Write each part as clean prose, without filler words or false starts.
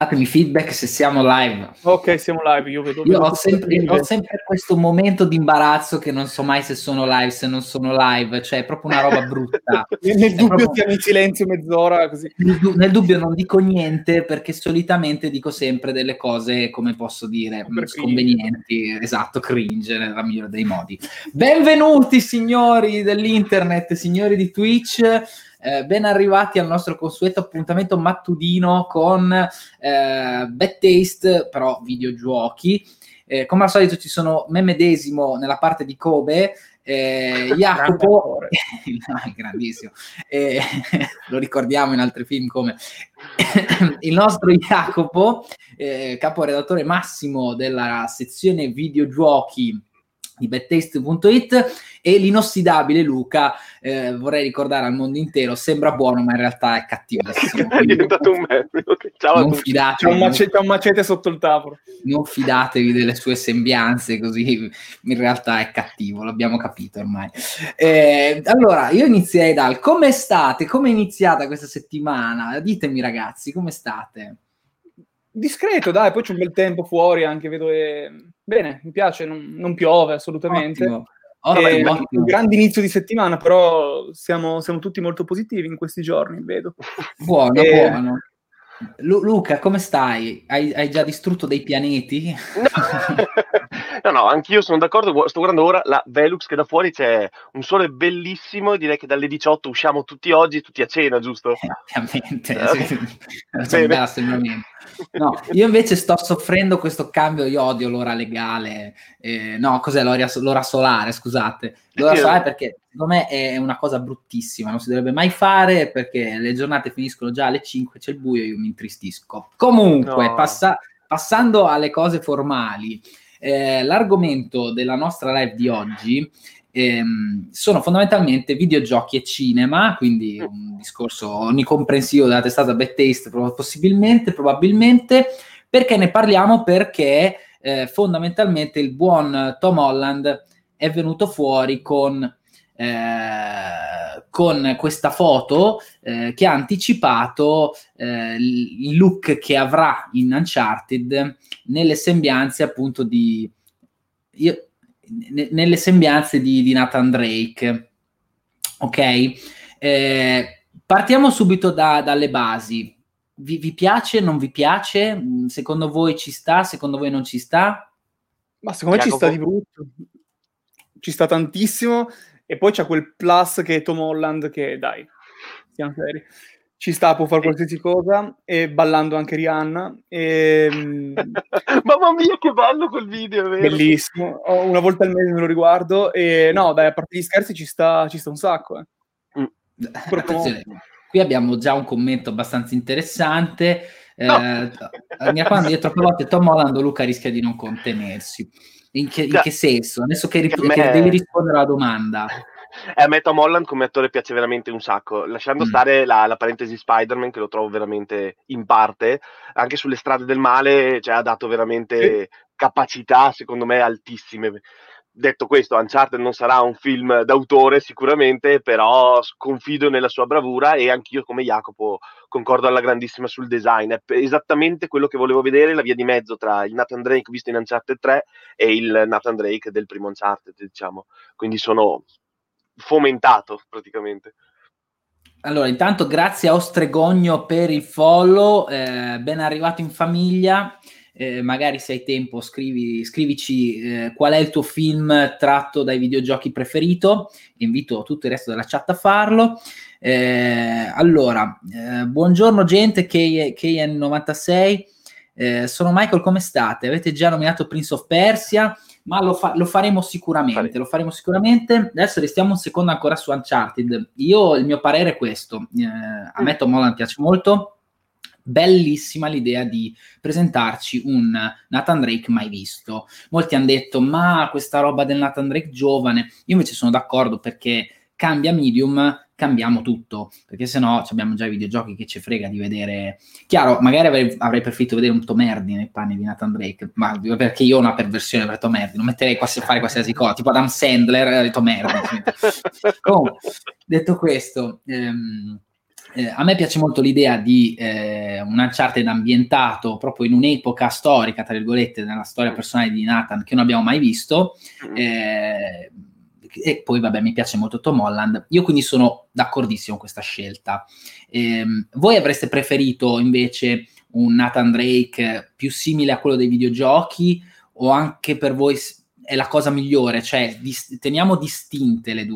Datemi feedback se siamo live. Ok, siamo live. Io ho sempre questo momento di imbarazzo che non so mai se sono live, se non sono live, cioè è proprio una roba brutta. Nel dubbio stiamo in silenzio mezz'ora così. Nel dubbio non dico niente perché solitamente dico sempre delle cose, come posso dire, sconvenienti, esatto, cringe nella migliore dei modi. Benvenuti signori dell'internet, signori di Twitch. Ben arrivati al nostro consueto appuntamento mattutino con Bad Taste, però videogiochi. Come al solito ci sono me medesimo nella parte di Kobe, Jacopo, grandissimo, lo ricordiamo in altri film come il nostro Jacopo, caporedattore massimo della sezione videogiochi di badtaste.it, e l'inossidabile Luca, vorrei ricordare al mondo intero, sembra buono ma in realtà è cattivissimo. È diventato un meme. Ciao a tutti. C'è un macete sotto il tavolo. Non fidatevi delle sue sembianze, così in realtà è cattivo, l'abbiamo capito ormai. Allora, io inizierei dal come state? Come è iniziata questa settimana? Ditemi ragazzi, come state? Discreto, dai, poi c'è un bel tempo fuori, anche vedo bene, mi piace, non piove assolutamente. Ottimo. Un grande inizio di settimana, però siamo tutti molto positivi in questi giorni, vedo. Buono. Luca, come stai? Hai già distrutto dei pianeti? No, anch'io sono d'accordo. Sto guardando ora la Velux, che da fuori c'è un sole bellissimo. Direi che dalle 18 usciamo tutti oggi, tutti a cena, giusto? Ovviamente, c'è un bel assembramento. No, io invece sto soffrendo questo cambio, io odio l'ora legale, no, cos'è l'ora solare, scusate, l'ora solare, perché secondo me è una cosa bruttissima, non si dovrebbe mai fare perché le giornate finiscono già alle 5, c'è il buio e io mi intristisco. Comunque, no. passando alle cose formali, l'argomento della nostra live di oggi sono fondamentalmente videogiochi e cinema, quindi un discorso onnicomprensivo della testata Bad Taste probabilmente, perché ne parliamo? Perché fondamentalmente il buon Tom Holland è venuto fuori con questa foto che ha anticipato il look che avrà in Uncharted nelle sembianze appunto nelle sembianze di Nathan Drake. Ok? Partiamo subito dalle basi. Vi piace? Non vi piace? Secondo voi ci sta? Secondo voi non ci sta? Ma secondo me ci sta di brutto. Ci sta tantissimo. E poi c'è quel plus che è Tom Holland, che dai, siamo seri. Ci sta, può fare qualsiasi cosa, e ballando anche Rihanna. Mamma mia, che bello quel video, vero? Bellissimo. Una volta al mese me lo riguardo. E no, dai, a parte gli scherzi ci sta un sacco. Attenzione, qui abbiamo già un commento abbastanza interessante. Mi raccomando, dietro a volte Tom Holland, Luca rischia di non contenersi. In che senso? Adesso che devi rispondere alla domanda. A me Tom Holland come attore piace veramente un sacco, lasciando stare la parentesi Spider-Man, che lo trovo veramente in parte, anche sulle strade del male, cioè, ha dato veramente capacità, secondo me, altissime. Detto questo, Uncharted non sarà un film d'autore sicuramente, però confido nella sua bravura, e anch'io come Jacopo concordo alla grandissima sul design. È esattamente quello che volevo vedere, la via di mezzo tra il Nathan Drake visto in Uncharted 3 e il Nathan Drake del primo Uncharted, diciamo. Quindi sono fomentato praticamente. Allora, intanto grazie a Ostregogno per il follow, ben arrivato in famiglia. Magari se hai tempo scrivici qual è il tuo film tratto dai videogiochi preferito. Invito tutto il resto della chat a farlo. Allora, buongiorno gente, KN96, sono Michael, come state? Avete già nominato Prince of Persia? Ma lo faremo sicuramente, Adesso restiamo un secondo ancora su Uncharted. Il mio parere è questo, a me Tom Holland piace molto, bellissima l'idea di presentarci un Nathan Drake mai visto. Molti hanno detto, ma questa roba del Nathan Drake giovane, io invece sono d'accordo, perché cambia medium, cambiamo tutto, perché sennò abbiamo già i videogiochi che ci frega di vedere. Chiaro, magari avrei preferito vedere un Tom Hardy nei panni di Nathan Drake, ma perché io ho una perversione per Tom Hardy, non metterei a fare qualsiasi cosa, tipo Adam Sandler di Tom Hardy. Comunque, detto questo, A me piace molto l'idea di un Uncharted ambientato proprio in un'epoca storica, tra virgolette, nella storia personale di Nathan, che non abbiamo mai visto. E poi, vabbè, mi piace molto Tom Holland. Io quindi sono d'accordissimo con questa scelta. Voi avreste preferito invece un Nathan Drake più simile a quello dei videogiochi, o anche per voi è la cosa migliore? Cioè, teniamo distinte le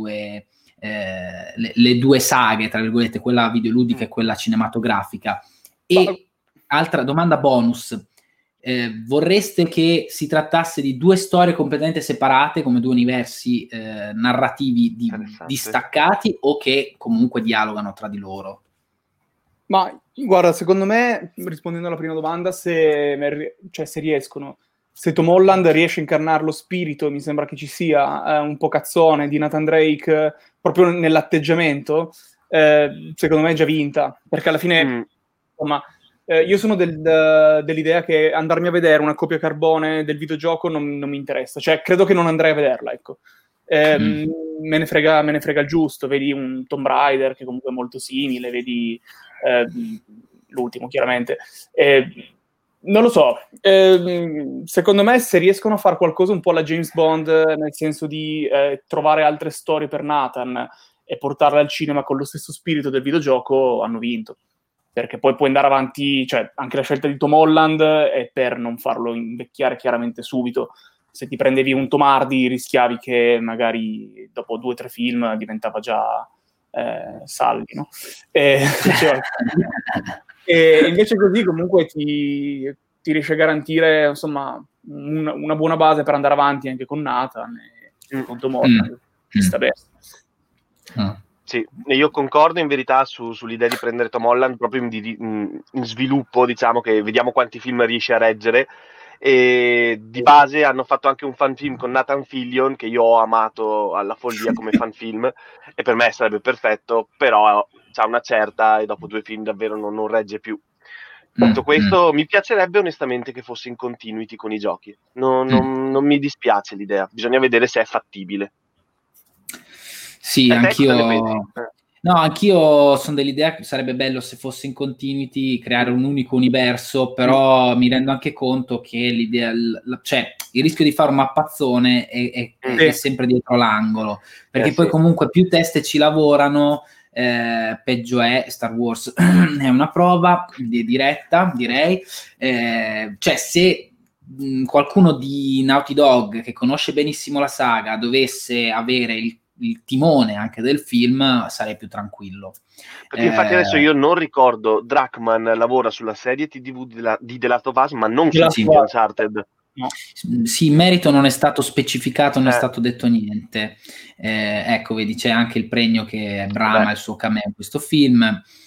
due saghe, tra virgolette, quella videoludica e quella cinematografica. E altra domanda bonus, vorreste che si trattasse di due storie completamente separate, come due universi narrativi distaccati, o che comunque dialogano tra di loro? Ma guarda, secondo me, rispondendo alla prima domanda, se riescono, se Tom Holland riesce a incarnare lo spirito, mi sembra che ci sia un po' cazzone di Nathan Drake proprio nell'atteggiamento, secondo me è già vinta, perché alla fine, insomma, io sono dell'idea che andarmi a vedere una copia carbone del videogioco non mi interessa, cioè credo che non andrei a vederla, ecco. Me ne frega il giusto, vedi un Tomb Raider che comunque è molto simile, vedi l'ultimo chiaramente, non lo so, secondo me se riescono a fare qualcosa un po' alla James Bond, nel senso di trovare altre storie per Nathan e portarle al cinema con lo stesso spirito del videogioco, hanno vinto, perché poi puoi andare avanti, cioè anche la scelta di Tom Holland è per non farlo invecchiare chiaramente subito. Se ti prendevi un Tom Hardy rischiavi che magari dopo 2 o 3 film diventava già Salvi, no? E invece così comunque ti riesce a garantire, insomma, una buona base per andare avanti anche con Nathan e con Tom Holland. Sta bene. Sì, io concordo in verità sull'idea di prendere Tom Holland proprio in sviluppo, diciamo, che vediamo quanti film riesce a reggere. E di base hanno fatto anche un fan film con Nathan Fillion che io ho amato alla follia come fan film, e per me sarebbe perfetto, però c'ha una certa e dopo 2 film davvero non regge più. Detto questo, mi piacerebbe onestamente che fosse in continuity con i giochi, non mi dispiace l'idea, bisogna vedere se è fattibile. Sì, anch'io sono dell'idea che sarebbe bello se fosse in continuity, creare un unico universo, però mi rendo anche conto che l'idea, cioè il rischio di fare un mappazzone è sempre dietro l'angolo, perché poi comunque più teste ci lavorano, peggio è. Star Wars è una prova diretta, direi. Cioè, se qualcuno di Naughty Dog che conosce benissimo la saga dovesse avere il timone anche del film, sarei più tranquillo. Perché infatti adesso io non ricordo, Druckmann lavora sulla serie TV di The Last of Us, ma non su Uncharted. No. Sì, in merito non è stato specificato, non è stato detto niente. Ecco, vedi, c'è anche il Pregno che brama il suo cameo in questo film.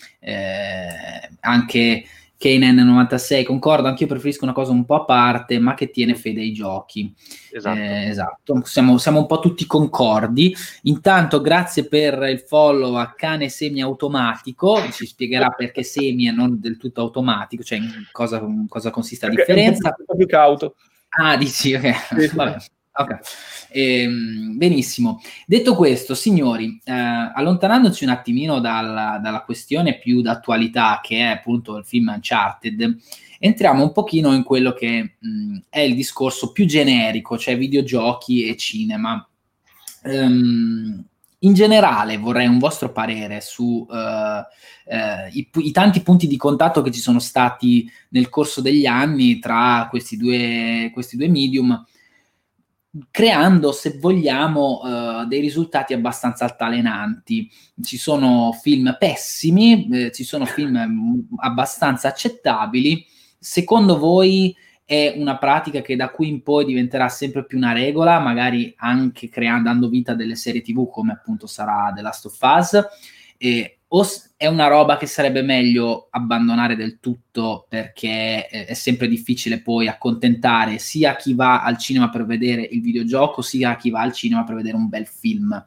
Anche Kanan 96, concordo, anch'io preferisco una cosa un po' a parte, ma che tiene fede ai giochi. Esatto. Siamo un po' tutti concordi. Intanto grazie per il follow a Cane Semi Automatico, ci spiegherà perché semi e non del tutto automatico, cioè in cosa consiste la differenza. È un po' più cauto. Ah, dici, ok. Vabbè. Okay. Benissimo. Detto questo, signori, allontanandoci un attimino dalla questione più d'attualità, che è appunto il film Uncharted, entriamo un pochino in quello che è il discorso più generico, cioè videogiochi e cinema. In generale vorrei un vostro parere su i tanti punti di contatto che ci sono stati nel corso degli anni tra questi due medium, creando, se vogliamo, dei risultati abbastanza altalenanti. Ci sono film pessimi, ci sono film abbastanza accettabili. Secondo voi è una pratica che da qui in poi diventerà sempre più una regola, magari anche dando vita a delle serie TV come appunto sarà The Last of Us, o è una roba che sarebbe meglio abbandonare del tutto, perché è sempre difficile poi accontentare sia chi va al cinema per vedere il videogioco, sia chi va al cinema per vedere un bel film?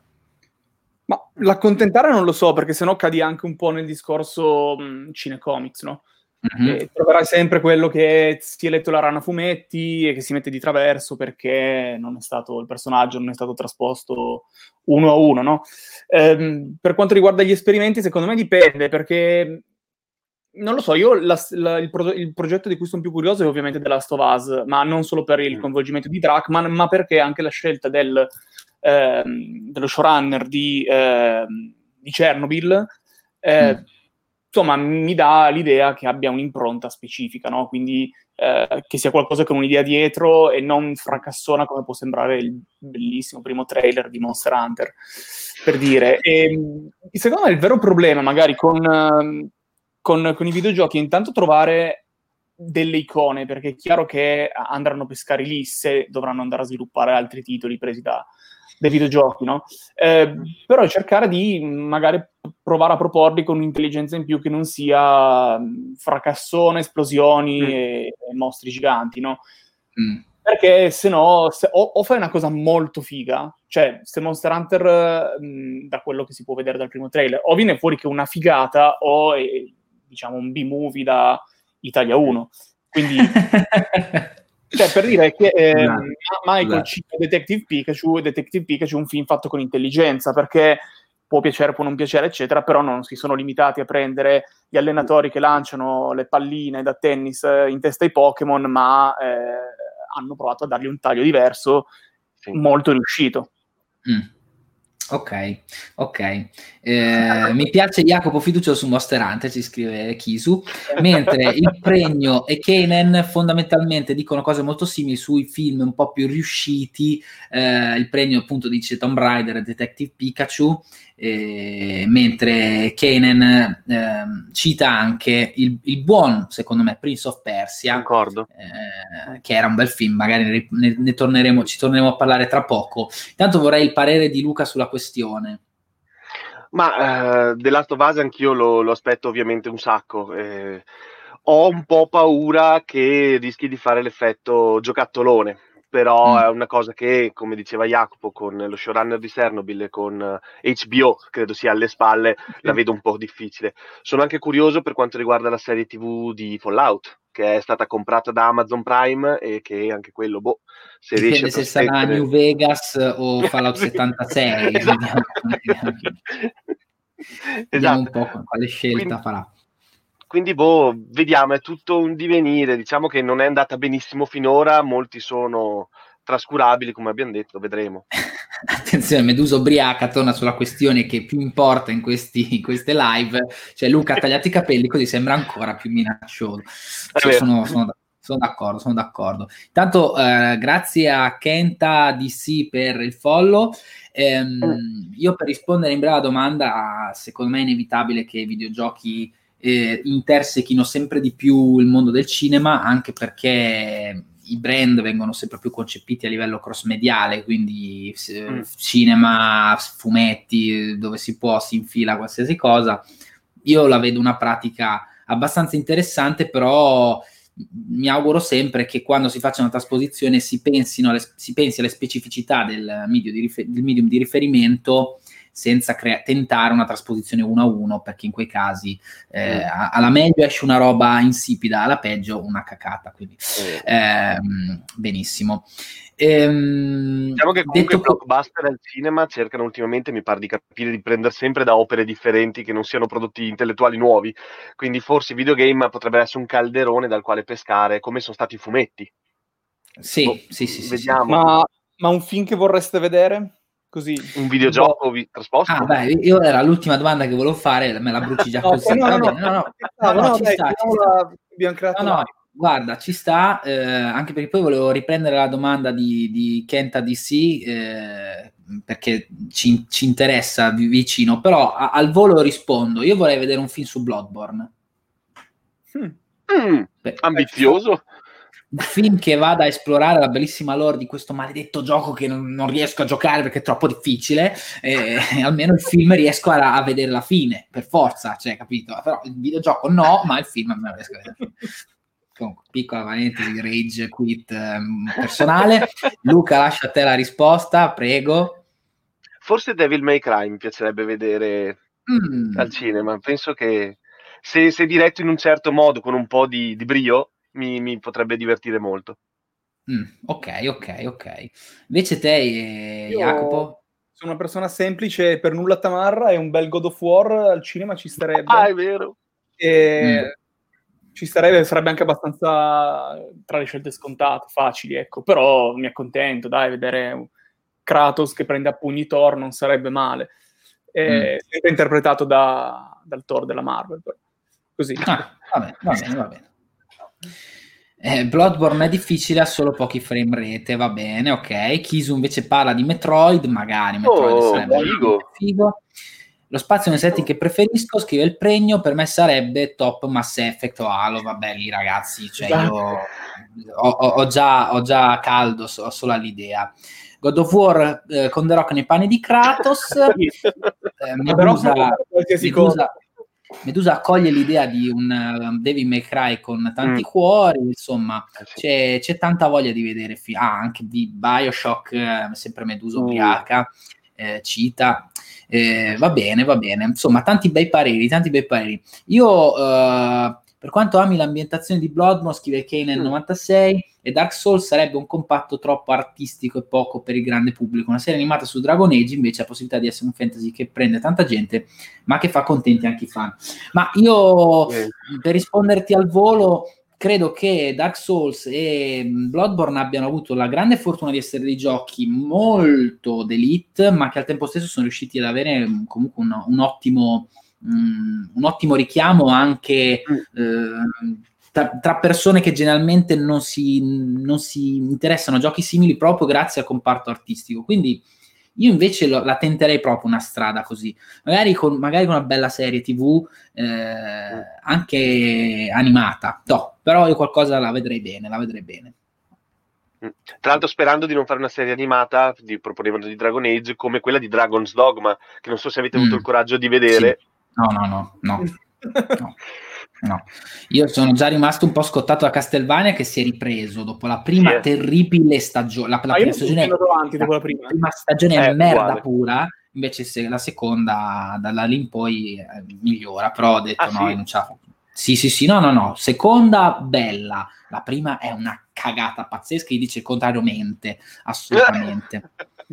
Ma l'accontentare non lo so, perché sennò cadi anche un po' nel discorso cinecomics, no? E troverai sempre quello che si è letto la rana fumetti e che si mette di traverso perché il personaggio non è stato trasposto uno a uno, no? Per quanto riguarda gli esperimenti, secondo me dipende, perché non lo so, io il progetto di cui sono più curioso è ovviamente The Last of Us, ma non solo per il coinvolgimento di Druckmann, ma perché anche la scelta dello showrunner di Chernobyl insomma mi dà l'idea che abbia un'impronta specifica, no? Quindi che sia qualcosa con un'idea dietro e non fracassona come può sembrare il bellissimo primo trailer di Monster Hunter, per dire. E, secondo me il vero problema magari con i videogiochi è intanto trovare delle icone, perché è chiaro che andranno a pescare lì se dovranno andare a sviluppare altri titoli presi dai videogiochi, no? Però cercare di magari provare a proporli con un'intelligenza in più che non sia fracassone, esplosioni e mostri giganti, no? Perché se no o fai una cosa molto figa, cioè se Monster Hunter da quello che si può vedere dal primo trailer o viene fuori che è una figata o è, diciamo, un B-movie da Italia 1, quindi cioè, per dire che Michael cita Detective Pikachu è un film fatto con intelligenza, perché può piacere, può non piacere, eccetera, però non si sono limitati a prendere gli allenatori che lanciano le palline da tennis in testa ai Pokémon, ma hanno provato a dargli un taglio diverso, molto riuscito. Ok. Mi piace Jacopo fiducioso su Monster Hunter, ci scrive Kisu, mentre il Pregno e Kanen fondamentalmente dicono cose molto simili sui film un po' più riusciti. Il Pregno appunto dice Tomb Raider e Detective Pikachu, mentre Kanen cita anche il buon, secondo me, Prince of Persia, che era un bel film, magari ci torneremo a parlare tra poco. Intanto vorrei il parere di Luca sulla questione. Ma The Last of Us anch'io lo aspetto ovviamente un sacco. Ho un po' paura che rischi di fare l'effetto giocattolone, però è una cosa che, come diceva Jacopo, con lo showrunner di Chernobyl e con HBO, credo sia alle spalle, la vedo un po' difficile. Sono anche curioso per quanto riguarda la serie TV di Fallout, che è stata comprata da Amazon Prime e che anche quello, se dipende riesce a se sarà New Vegas o Fallout 76. Vediamo un po' quale scelta farà. Quindi vediamo, è tutto un divenire, diciamo che non è andata benissimo finora, molti sono trascurabili, come abbiamo detto, vedremo. Attenzione, Medusa ubriaca torna sulla questione che più importa in queste live, cioè Luca ha tagliato i capelli così sembra ancora più minaccioso. Sono d'accordo. Intanto grazie a Kenta DC per il follow. Io per rispondere in breve alla domanda, secondo me è inevitabile che i videogiochi intersechino sempre di più il mondo del cinema, anche perché i brand vengono sempre più concepiti a livello cross-mediale, quindi cinema, fumetti, dove si infila qualsiasi cosa. Io la vedo una pratica abbastanza interessante, però mi auguro sempre che quando si faccia una trasposizione si pensi alle specificità del medium di riferimento, senza tentare una trasposizione 1-1, perché in quei casi alla meglio esce una roba insipida, alla peggio una cacata, quindi benissimo. Diciamo che comunque i blockbuster al cinema cercano ultimamente, mi pare di capire, di prendere sempre da opere differenti che non siano prodotti intellettuali nuovi, quindi forse i videogame potrebbero essere un calderone dal quale pescare, come sono stati i fumetti. Sì. Vediamo. Ma un film che vorreste vedere? Così. Un videogioco trasposto? Io era l'ultima domanda che volevo fare, me la bruci già così. Guarda, ci sta, anche perché poi volevo riprendere la domanda di Kenta DC, perché ci interessa vicino, però al volo rispondo, io vorrei vedere un film su Bloodborne. Ambizioso. Un film che vada a esplorare la bellissima lore di questo maledetto gioco che non riesco a giocare perché è troppo difficile, almeno il film riesco a vedere la fine, per forza, cioè, capito? Però il videogioco no, ma il film me lo riesco a vedere. Comunque, piccola parentesi, rage quit personale. Luca, lascia a te la risposta, prego. Forse Devil May Cry mi piacerebbe vedere al cinema, penso che se diretto in un certo modo, con un po' di brio, mi potrebbe divertire molto. Ok. Invece te, Jacopo? Sono una persona semplice, per nulla tamarra, e un bel God of War al cinema ci starebbe. Ah, è vero. E ci starebbe, sarebbe anche abbastanza tra le scelte scontate, facili, ecco. Però mi accontento, dai, vedere Kratos che prende a pugni Thor non sarebbe male. Sempre interpretato dal Thor della Marvel, però. Così. Va bene. Bloodborne è difficile, ha solo pochi frame rate, va bene, ok. Kisu invece parla di Metroid, magari Metroid sarebbe figo. Lo spazio nei setting che preferisco, scrive il Pregno, per me sarebbe top Mass Effect o Halo, vabbè lì ragazzi, cioè io ho già caldo solo all'idea. God of War con The Rock nei panni di Kratos, Medusa accoglie l'idea di un Devil May Cry con tanti cuori, insomma, c'è tanta voglia di vedere anche di BioShock, sempre Medusa ubriaca, cita, va bene, insomma, tanti bei pareri. Io, per quanto ami l'ambientazione di Bloodborne, scrive Kane 96, e Dark Souls sarebbe un compatto troppo artistico e poco per il grande pubblico. Una serie animata su Dragon Age invece ha la possibilità di essere un fantasy che prende tanta gente ma che fa contenti anche i fan. Ma io, per risponderti al volo, credo che Dark Souls e Bloodborne abbiano avuto la grande fortuna di essere dei giochi molto d'elite, ma che al tempo stesso sono riusciti ad avere comunque un ottimo richiamo anche tra persone che generalmente non si interessano a giochi simili proprio grazie al comparto artistico. Quindi io invece la tenterei proprio una strada così, magari con una bella serie TV anche animata, però io qualcosa la vedrei bene. Tra l'altro, sperando di non fare una serie animata, proponevano di Dragon Age come quella di Dragon's Dogma, che non so se avete avuto il coraggio di vedere. Sì. No. Io sono già rimasto un po' scottato da Castlevania, che si è ripreso dopo la prima terribile stagione. La prima stagione è merda uguale. Pura, invece la seconda da lì in poi migliora, però ho detto non c'ha. Sì, no, seconda bella, la prima è una cagata pazzesca, gli dice il contrario mente, assolutamente.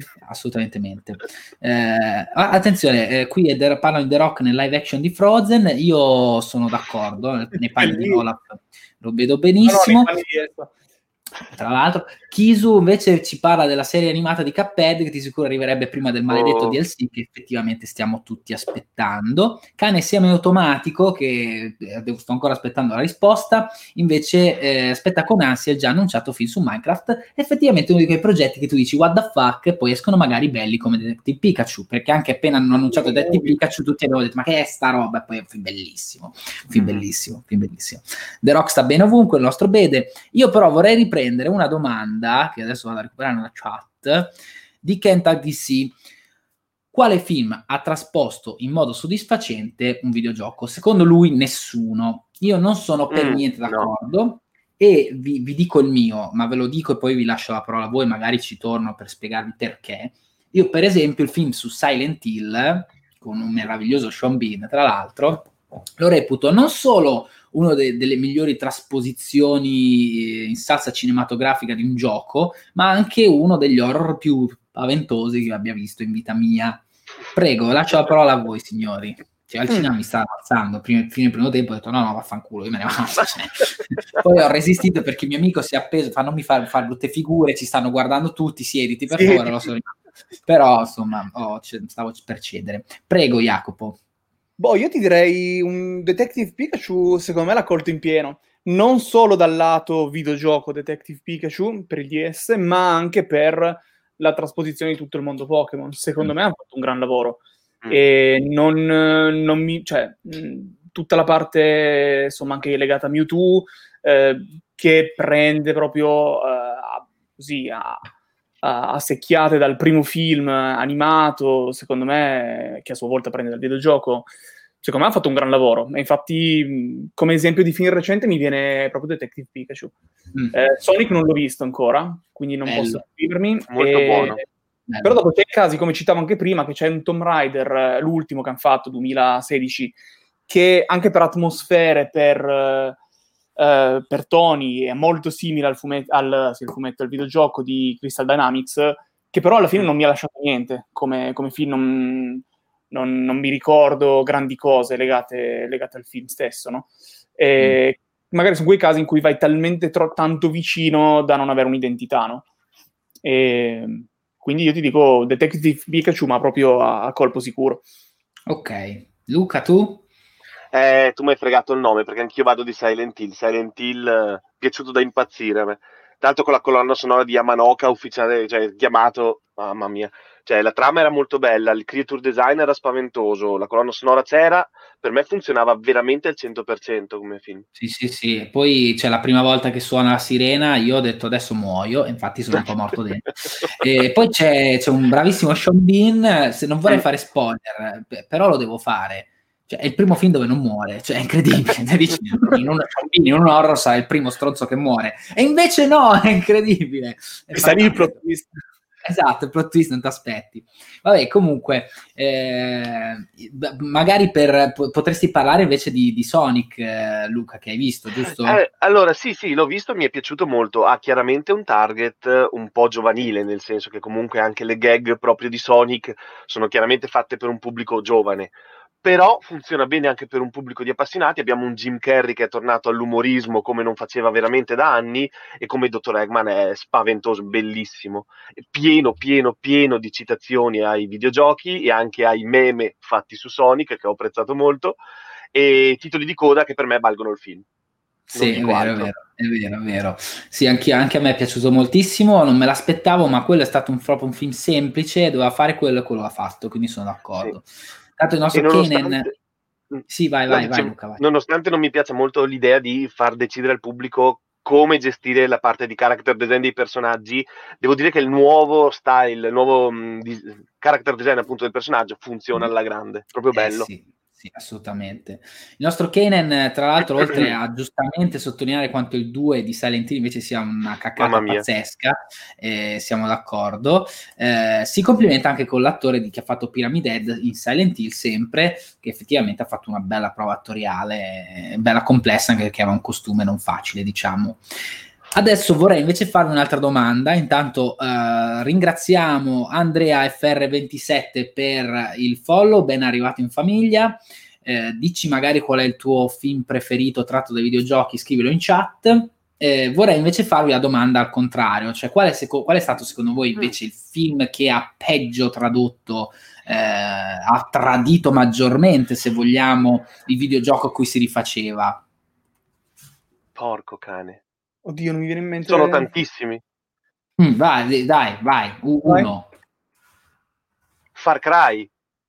Attenzione, qui parlano di The Rock nel live action di Frozen, io sono d'accordo, nei panni di Olaf lo vedo benissimo. Tra l'altro Kisu invece ci parla della serie animata di Cuphead, che di sicuro arriverebbe prima del maledetto DLC che effettivamente stiamo tutti aspettando. Cane semiautomatico, che sto ancora aspettando la risposta, invece aspetta con ansia il già annunciato film su Minecraft, effettivamente uno di quei progetti che tu dici what the fuck, e poi escono magari belli come Detective Pikachu, perché anche appena hanno annunciato Detective Pikachu tutti abbiamo detto ma che è sta roba, e poi è un film bellissimo. The Rock sta bene ovunque, il nostro Bede. Io però vorrei riprendere una domanda che adesso vado a recuperare nella chat di Kentucky DC. Quale film ha trasposto in modo soddisfacente un videogioco? Secondo lui nessuno. Io non sono per niente d'accordo e vi dico il mio, ma ve lo dico e poi vi lascio la parola a voi, magari ci torno per spiegarvi perché. Io per esempio il film su Silent Hill con un meraviglioso Sean Bean, tra l'altro, lo reputo non solo una delle migliori trasposizioni in salsa cinematografica di un gioco, ma anche uno degli horror più spaventosi che abbia visto in vita mia. Prego, lascio la parola a voi, signori. Cioè, al cinema mi stava alzando, fino al primo tempo ho detto no, vaffanculo, io me ne vado. Poi ho resistito perché il mio amico si è appeso, non mi fare brutte figure, ci stanno guardando tutti, siediti per favore. Però, insomma, stavo per cedere. Prego, Jacopo. Io ti direi un Detective Pikachu, secondo me l'ha colto in pieno, non solo dal lato videogioco Detective Pikachu per il DS, ma anche per la trasposizione di tutto il mondo Pokémon. Secondo me ha fatto un gran lavoro. E tutta la parte, insomma, anche legata a Mewtwo, che prende proprio a secchiate dal primo film animato, secondo me, che a sua volta prende dal videogioco, secondo me ha fatto un gran lavoro. E infatti, come esempio di film recente mi viene proprio Detective Pikachu. Sonic non l'ho visto ancora, quindi non posso scrivermi. Molto buono. Però dopo c'è casi, come citavo anche prima, che c'è un Tomb Raider, l'ultimo che hanno fatto, 2016, che anche per atmosfere, per toni, è molto simile al videogioco di Crystal Dynamics, che però alla fine non mi ha lasciato niente, come film non mi ricordo grandi cose legate al film stesso, no? E magari sono quei casi in cui vai talmente tanto vicino da non avere un'identità, no? E quindi io ti dico Detective Pikachu, ma proprio a colpo sicuro. Ok. Luca, tu? Tu mi hai fregato il nome, perché anch'io vado di Silent Hill. Silent Hill, piaciuto da impazzire a me. Tanto con la colonna sonora di Yamanoka, ufficiale, cioè chiamato, mamma mia. Cioè, la trama era molto bella, il creature design era spaventoso, la colonna sonora c'era, per me funzionava veramente al 100% come film. Sì. E poi c'è la prima volta che suona la sirena, io ho detto adesso muoio, e infatti sono un po' morto dentro. E poi c'è un bravissimo Sean Bean, se non vorrei fare spoiler, però lo devo fare. Cioè, è il primo film dove non muore, cioè è incredibile. In un horror sarà il primo stronzo che muore, e invece no, è incredibile. Sta lì il plot twist. Esatto, il plot twist non ti aspetti. Vabbè, comunque, magari potresti parlare invece di Sonic, Luca, che hai visto, giusto? Allora, sì, l'ho visto, mi è piaciuto molto. Ha chiaramente un target un po' giovanile, nel senso che comunque anche le gag proprio di Sonic sono chiaramente fatte per un pubblico giovane. Però funziona bene anche per un pubblico di appassionati. Abbiamo un Jim Carrey che è tornato all'umorismo come non faceva veramente da anni, e come Dr. Eggman è spaventoso, bellissimo, pieno di citazioni ai videogiochi e anche ai meme fatti su Sonic, che ho apprezzato molto, e titoli di coda che per me valgono il film. Sì, è vero. Sì, anche a me è piaciuto moltissimo, non me l'aspettavo, ma quello è stato proprio un film semplice, doveva fare quello e quello ha fatto, quindi sono d'accordo. Sì. Tanto il nostro Kanan... Sì, vai Luca, vai. Nonostante non mi piaccia molto l'idea di far decidere al pubblico come gestire la parte di character design dei personaggi, devo dire che il nuovo style, il nuovo character design appunto del personaggio funziona alla grande, proprio bello. Sì, assolutamente. Il nostro Kanan, tra l'altro, oltre a giustamente sottolineare quanto il 2 di Silent Hill invece sia una caccata pazzesca, siamo d'accordo, si complimenta anche con l'attore che ha fatto Pyramid Head in Silent Hill sempre, che effettivamente ha fatto una bella prova attoriale, bella complessa, anche perché aveva un costume non facile, diciamo. Adesso vorrei invece farvi un'altra domanda. Intanto ringraziamo Andrea FR27 per il follow, ben arrivato in famiglia. Dici magari qual è il tuo film preferito tratto dai videogiochi, scrivilo in chat. Vorrei invece farvi la domanda al contrario, cioè qual è stato secondo voi invece il film che ha peggio tradotto, ha tradito maggiormente, se vogliamo, il videogioco a cui si rifaceva? Porco cane. Oddio, non mi viene in mente. Sono tantissimi. Vai, uno. Far Cry.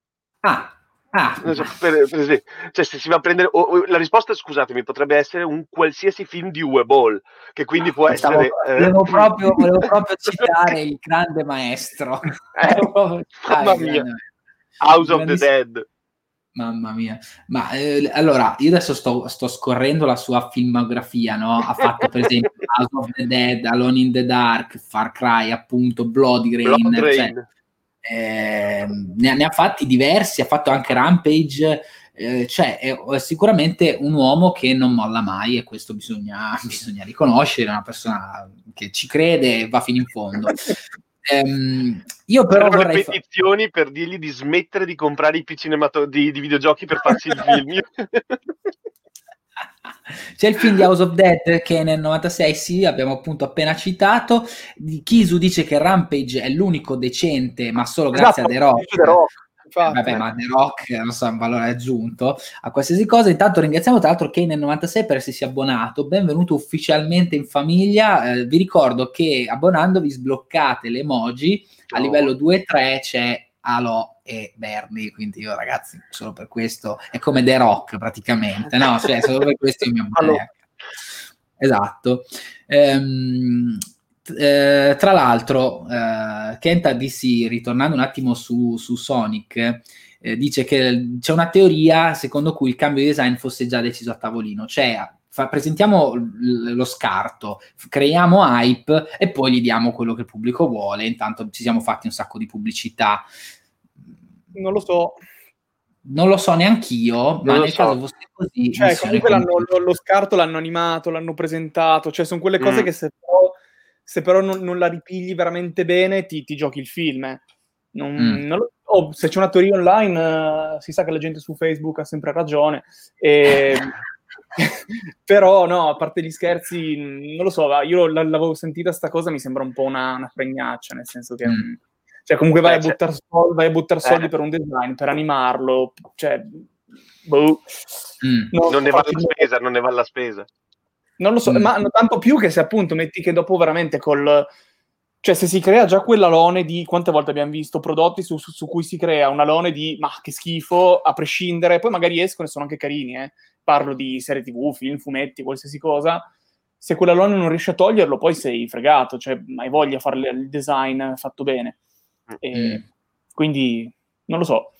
Cioè, se si va a prendere la risposta, scusatemi, potrebbe essere un qualsiasi film di Uwe Boll, che quindi può essere volevo proprio citare il grande maestro. Mamma mia. House of the Dead. Mamma mia, ma allora io adesso sto scorrendo la sua filmografia, no? Ha fatto per esempio House of the Dead, Alone in the Dark, Far Cry, appunto, Blood Rain. Cioè, ne ha fatti diversi, ha fatto anche Rampage, cioè è sicuramente un uomo che non molla mai, e questo bisogna riconoscere, è una persona che ci crede e va fino in fondo. Io però vorrei petizioni per dirgli di smettere di comprare i PC di videogiochi per farsi il film. C'è il film di House of Dead che nel 96, sì, abbiamo appunto appena citato. Kisu dice che Rampage è l'unico decente, ma solo grazie a The Rock. Vabbè, ma The Rock non so, è un valore aggiunto a qualsiasi cosa. Intanto ringraziamo tra l'altro Kane nel 96 per essersi abbonato. Benvenuto ufficialmente in famiglia. Vi ricordo che abbonandovi sbloccate le emoji. A livello 2 e 3 c'è Alo e Bernie, quindi io ragazzi solo per questo è come The Rock praticamente, no? Cioè solo per questo io mi abbono. Esatto. Tra l'altro Kenta DC, ritornando un attimo su Sonic, dice che c'è una teoria secondo cui il cambio di design fosse già deciso a tavolino, cioè presentiamo lo scarto, creiamo hype e poi gli diamo quello che il pubblico vuole. Intanto ci siamo fatti un sacco di pubblicità. Non lo so. Non lo so neanch'io, ma nel caso fosse così... Cioè, comunque lo scarto l'hanno animato, l'hanno presentato, cioè sono quelle cose che se però non la ripigli veramente bene, ti giochi il film. Se c'è una teoria online, si sa che la gente su Facebook ha sempre ragione. Però no, a parte gli scherzi, non lo so, io l'avevo sentita sta cosa, mi sembra un po' una fregnaccia, nel senso che cioè comunque vai a buttare soldi per un design, per animarlo, cioè boh. Non ne vale la spesa. Non lo so, ma tanto più che se appunto metti che dopo veramente cioè se si crea già quell'alone di quante volte abbiamo visto prodotti su cui si crea un alone di ma che schifo, a prescindere, poi magari escono e sono anche carini, parlo di serie TV, film, fumetti, qualsiasi cosa. Se quell'alone non riesci a toglierlo, poi sei fregato, cioè hai voglia di fare il design fatto bene. Quindi non lo so.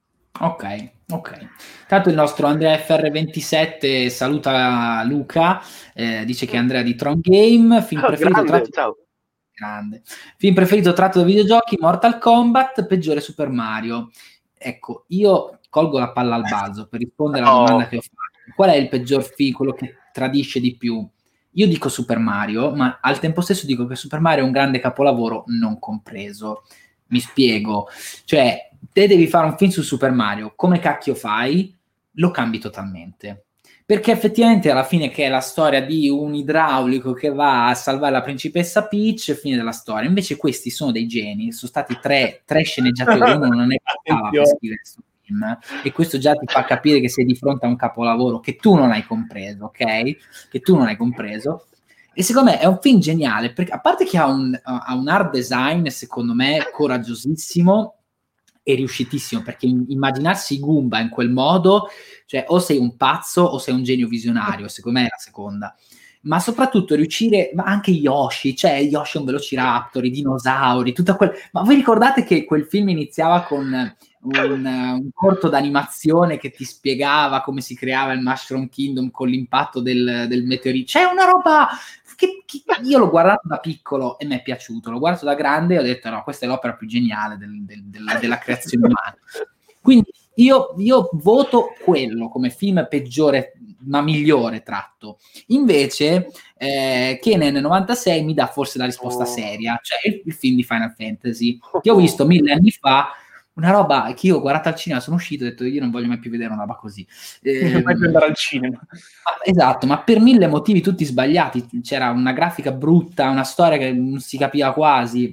Ok. Tanto il nostro Andrea FR27 saluta Luca, dice che è Andrea di Tron Game, film preferito grande. Film preferito tratto da videogiochi, Mortal Kombat, peggiore Super Mario. Ecco, io colgo la palla al balzo per rispondere alla domanda che ho fatto. Qual è il peggior film, quello che tradisce di più? Io dico Super Mario, ma al tempo stesso dico che Super Mario è un grande capolavoro non compreso. Mi spiego. Cioè, te devi fare un film su Super Mario, come cacchio fai? Lo cambi totalmente. Perché effettivamente alla fine che è la storia di un idraulico che va a salvare la principessa Peach, fine della storia. Invece questi sono dei geni, sono stati tre sceneggiatori, uno non ne parlava per scrivere questo film, e questo già ti fa capire che sei di fronte a un capolavoro che tu non hai compreso, ok? Che tu non hai compreso. E secondo me è un film geniale, perché a parte che ha un art design, secondo me, coraggiosissimo e riuscitissimo, perché immaginarsi Goomba in quel modo, cioè o sei un pazzo o sei un genio visionario, secondo me è la seconda. Ma soprattutto riuscire, ma anche Yoshi, cioè Yoshi è un velociraptor, i dinosauri, tutta quel... Ma voi ricordate che quel film iniziava con un corto d'animazione che ti spiegava come si creava il Mushroom Kingdom con l'impatto del meteorite? C'è una roba che io l'ho guardato da piccolo e mi è piaciuto, l'ho guardato da grande e ho detto no, questa è l'opera più geniale della creazione umana. Quindi io voto quello come film peggiore ma migliore tratto. Invece Kenan 96 mi dà forse la risposta seria, cioè il film di Final Fantasy che ho visto 1000 anni fa, una roba che io ho guardato al cinema, sono uscito e ho detto io non voglio mai più vedere una roba così. Non voglio andare al cinema. Esatto, ma per 1000 motivi tutti sbagliati. C'era una grafica brutta, una storia che non si capiva quasi.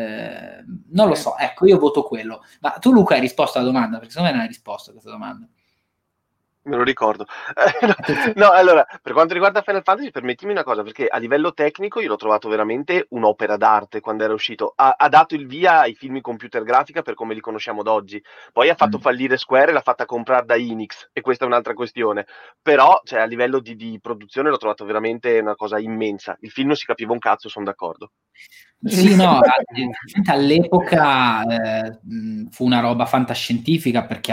Non lo so, ecco, io voto quello. Ma tu, Luca, hai risposto alla domanda? Perché secondo me non hai risposto a questa domanda. Me lo ricordo. No, allora, per quanto riguarda Final Fantasy, permettimi una cosa, perché a livello tecnico io l'ho trovato veramente un'opera d'arte quando era uscito. Ha dato il via ai film in computer grafica per come li conosciamo ad oggi. Poi ha fatto fallire Square e l'ha fatta comprare da Enix, e questa è un'altra questione. Però, cioè, a livello di produzione l'ho trovato veramente una cosa immensa. Il film non si capiva un cazzo, sono d'accordo. Sì, no, all'epoca fu una roba fantascientifica perché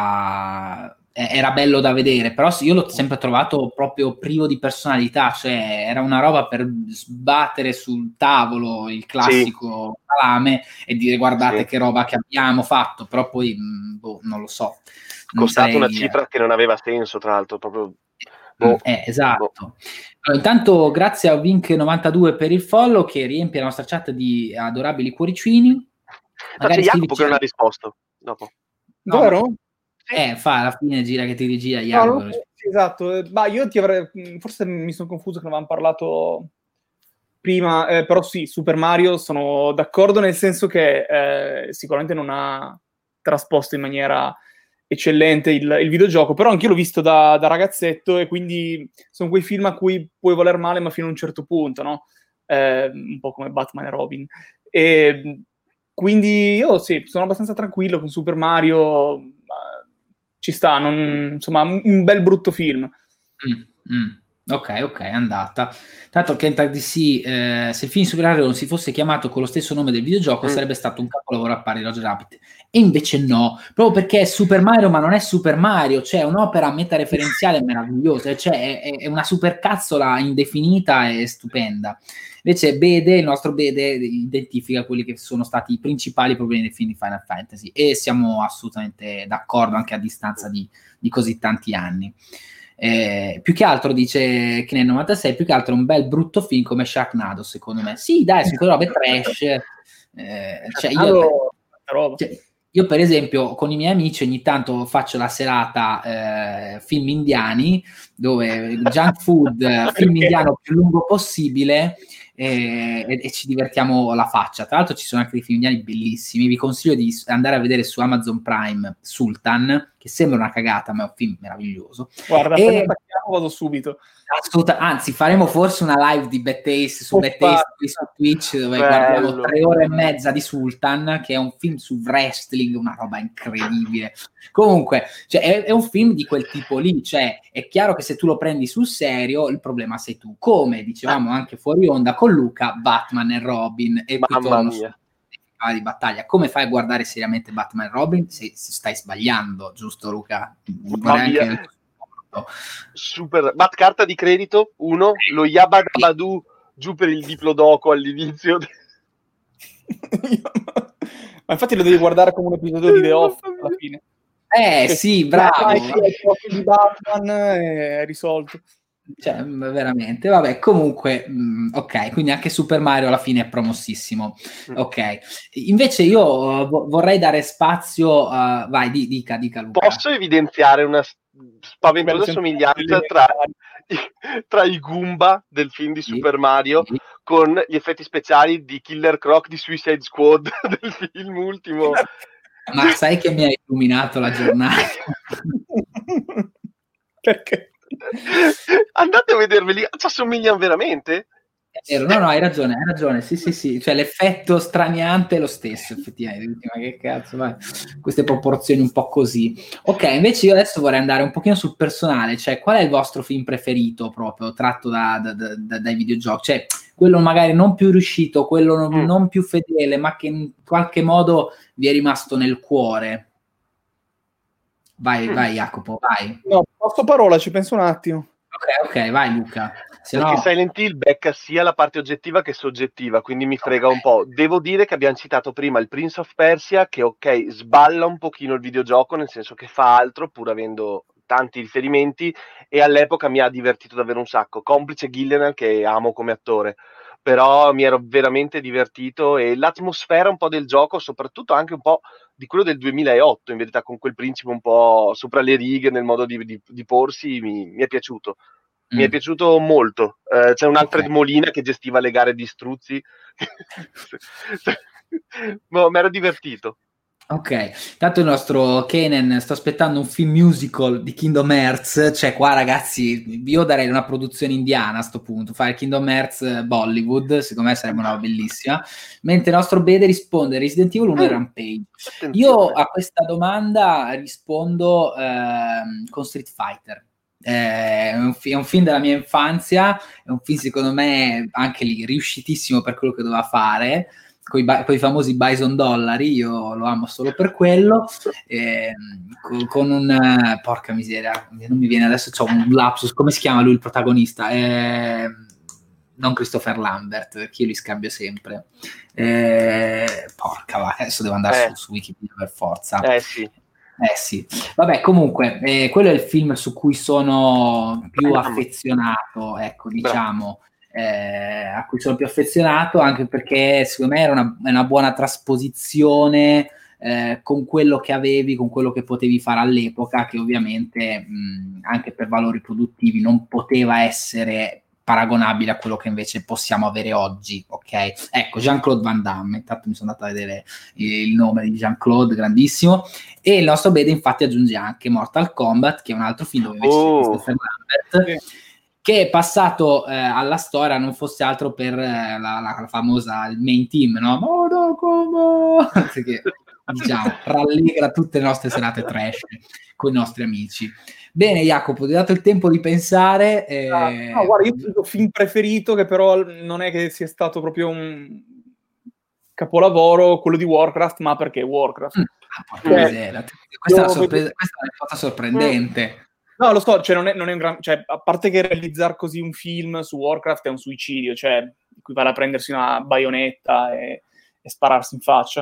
era bello da vedere, però io l'ho sempre trovato proprio privo di personalità, cioè era una roba per sbattere sul tavolo il classico salame e dire guardate che roba che abbiamo fatto, però poi non lo so. Costato una cifra che non aveva senso, tra l'altro, proprio... esatto. Allora, intanto grazie a Wink92 per il follow che riempie la nostra chat di adorabili cuoricini. C'è Jacopo che non ha risposto dopo. No, vero? Fa alla fine gira che ti rigira Jacopo. No, esatto, ma io ti avrei forse mi sono confuso che ne avevamo parlato prima, però sì, Super Mario sono d'accordo nel senso che sicuramente non ha trasposto in maniera eccellente il videogioco, però anch'io l'ho visto da ragazzetto e quindi sono quei film a cui puoi voler male ma fino a un certo punto, no? Un po' come Batman e Robin. E quindi io sì, sono abbastanza tranquillo con Super Mario, ci sta, insomma, un bel brutto film. Ok, è andata. Tanto Kentucky DC, se il film supereroe non si fosse chiamato con lo stesso nome del videogioco, sarebbe stato un capolavoro a pari Roger Rabbit. E invece no, proprio perché è Super Mario, ma non è Super Mario, cioè è un'opera metareferenziale meravigliosa, cioè è una supercazzola indefinita e stupenda. Invece Bede, il nostro Bede, identifica quelli che sono stati i principali problemi del film di Final Fantasy, e siamo assolutamente d'accordo anche a distanza di così tanti anni. Più che altro dice che nel 96 più che altro è un bel brutto film come Sharknado, secondo me. Sì, dai, su quelle robe trash, cioè io per esempio con i miei amici ogni tanto faccio la serata film indiani, dove junk food, film indiano più lungo possibile, e ci divertiamo la faccia. Tra l'altro ci sono anche dei film indiani bellissimi, vi consiglio di andare a vedere su Amazon Prime Sultan, che sembra una cagata ma è un film meraviglioso. Guarda, appena attacchiamo vado subito. Anzi, faremo forse una live di Bad Taste su Bad Taste su Twitch, dove guardiamo 3 ore e mezza di Sultan, che è un film su wrestling, una roba incredibile. Comunque, cioè, è un film di quel tipo lì, cioè è chiaro che se tu lo prendi sul serio il problema sei tu, come dicevamo anche fuori onda con Luca, Batman e Robin, e qui torno di battaglia. Come fai a guardare seriamente Batman e Robin se stai sbagliando, giusto Luca? Super. Bat carta di credito 1, lo Yabba Dabba giù per il Diplodoco all'inizio. Ma infatti lo devi guardare come un episodio di The Office alla fine. Sì, bravo. Di Batman è risolto. Cioè, veramente, vabbè, comunque, ok, quindi anche Super Mario alla fine è promossissimo. Ok, invece io vorrei dare spazio, vai, dica Luca. Posso evidenziare una spaventosa somiglianza tra i Goomba del film di Super Mario con gli effetti speciali di Killer Croc di Suicide Squad del film ultimo. Ma sai che mi hai illuminato la giornata? Perché? Andate a vederveli, ci assomigliano veramente? È vero, no, hai ragione, sì, cioè l'effetto straniante è lo stesso, effettivamente, ma che cazzo, vai. Queste proporzioni un po' così. Ok, invece io adesso vorrei andare un pochino sul personale, cioè qual è il vostro film preferito proprio, tratto dai videogiochi? Cioè, quello magari non più riuscito, quello non più fedele, ma che in qualche modo vi è rimasto nel cuore. Vai Jacopo, vai. No, posso parola, ci penso un attimo. Ok, vai Luca. Perché Silent Hill becca sia la parte oggettiva che soggettiva, quindi mi frega un po'. Devo dire che abbiamo citato prima il Prince of Persia, che ok, sballa un pochino il videogioco, nel senso che fa altro, pur avendo tanti riferimenti, e all'epoca mi ha divertito davvero un sacco, complice Gillian, che amo come attore. Però mi ero veramente divertito, e l'atmosfera un po' del gioco, soprattutto anche un po' di quello del 2008, in verità, con quel principe un po' sopra le righe nel modo di porsi, mi è piaciuto. Mi è piaciuto molto. C'è un Alfred Molina che gestiva le gare di struzzi. Mi ero divertito. Ok, tanto il nostro Kenan sta aspettando un film musical di Kingdom Hearts, cioè qua ragazzi io darei una produzione indiana a sto punto, fare Kingdom Hearts Bollywood, secondo me sarebbe una bellissima, mentre il nostro Bede risponde Resident Evil 1 e Rampage. Attenzione. Io a questa domanda rispondo con Street Fighter. È un film della mia infanzia, è un film secondo me anche lì riuscitissimo per quello che doveva fare, con i famosi Bison dollari, io lo amo solo per quello, con un porca miseria, non mi viene adesso, c'ho un lapsus, come si chiama lui il protagonista? Non Christopher Lambert, perché io li scambio sempre. Porca va, adesso devo andare su Wikipedia per forza. Sì. Vabbè, comunque, quello è il film su cui sono più affezionato, ecco, diciamo. A cui sono più affezionato, anche perché secondo me era una buona trasposizione con quello che avevi, con quello che potevi fare all'epoca, che ovviamente anche per valori produttivi non poteva essere paragonabile a quello che invece possiamo avere oggi, ok? Ecco, Jean-Claude Van Damme, intanto mi sono andato a vedere il nome di Jean-Claude, grandissimo, e il nostro Bede infatti aggiunge anche Mortal Kombat, che è un altro film dove invece c'è Christopher Lambert, che è passato alla storia non fosse altro per la famosa il main team, no? Perché diciamo, rallegra tutte le nostre serate trash con i nostri amici. Bene, Jacopo, ti ho dato il tempo di pensare. No, guarda, io ho il film preferito, che però non è che sia stato proprio un capolavoro, quello di Warcraft, ma perché Warcraft? Questa è una cosa sorprendente. No, lo so, cioè non è un gran... Cioè, a parte che realizzare così un film su Warcraft è un suicidio, cioè equivale a prendersi una baionetta e spararsi in faccia.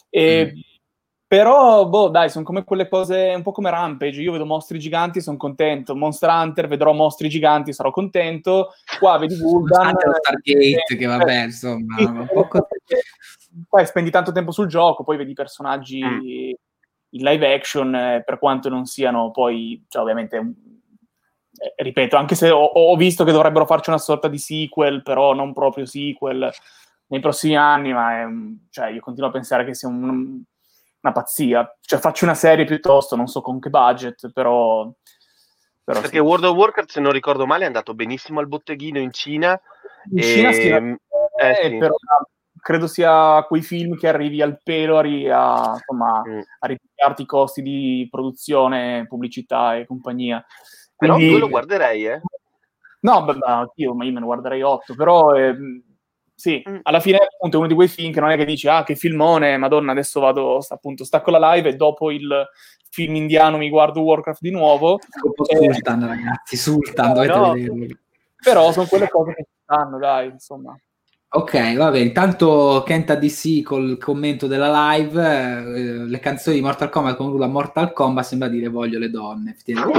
Però, boh, dai, sono come quelle cose, un po' come Rampage. Io vedo mostri giganti, sono contento. Monster Hunter, vedrò mostri giganti, sarò contento. Qua vedi Gul'dan. Stargate, che vabbè, insomma... Poi spendi tanto tempo sul gioco, poi vedi i personaggi in live action, per quanto non siano poi... Cioè, ovviamente... ripeto, anche se ho visto che dovrebbero farci una sorta di sequel, però non proprio sequel, nei prossimi anni, ma cioè, io continuo a pensare che sia una pazzia. Cioè, faccio una serie piuttosto, non so con che budget, però perché sì. World of Warcraft, se non ricordo male, è andato benissimo al botteghino in Cina. Cina sì. Però credo sia quei film che arrivi al pelo a ripigliarti i costi di produzione, pubblicità e compagnia. Però Quindi, 2 lo guarderei, No, io me ne guarderei 8, però sì, alla fine appunto è uno di quei film che non è che dici che filmone, madonna, adesso vado, appunto, stacco la live e dopo il film indiano mi guardo Warcraft di nuovo. Sultan, ragazzi, Sultan, dovete vederlo. Però sono quelle cose che ci stanno, dai, insomma. Ok, va bene. Intanto Kenta DC col commento della live, le canzoni di Mortal Kombat con la Mortal Kombat sembra dire voglio le donne.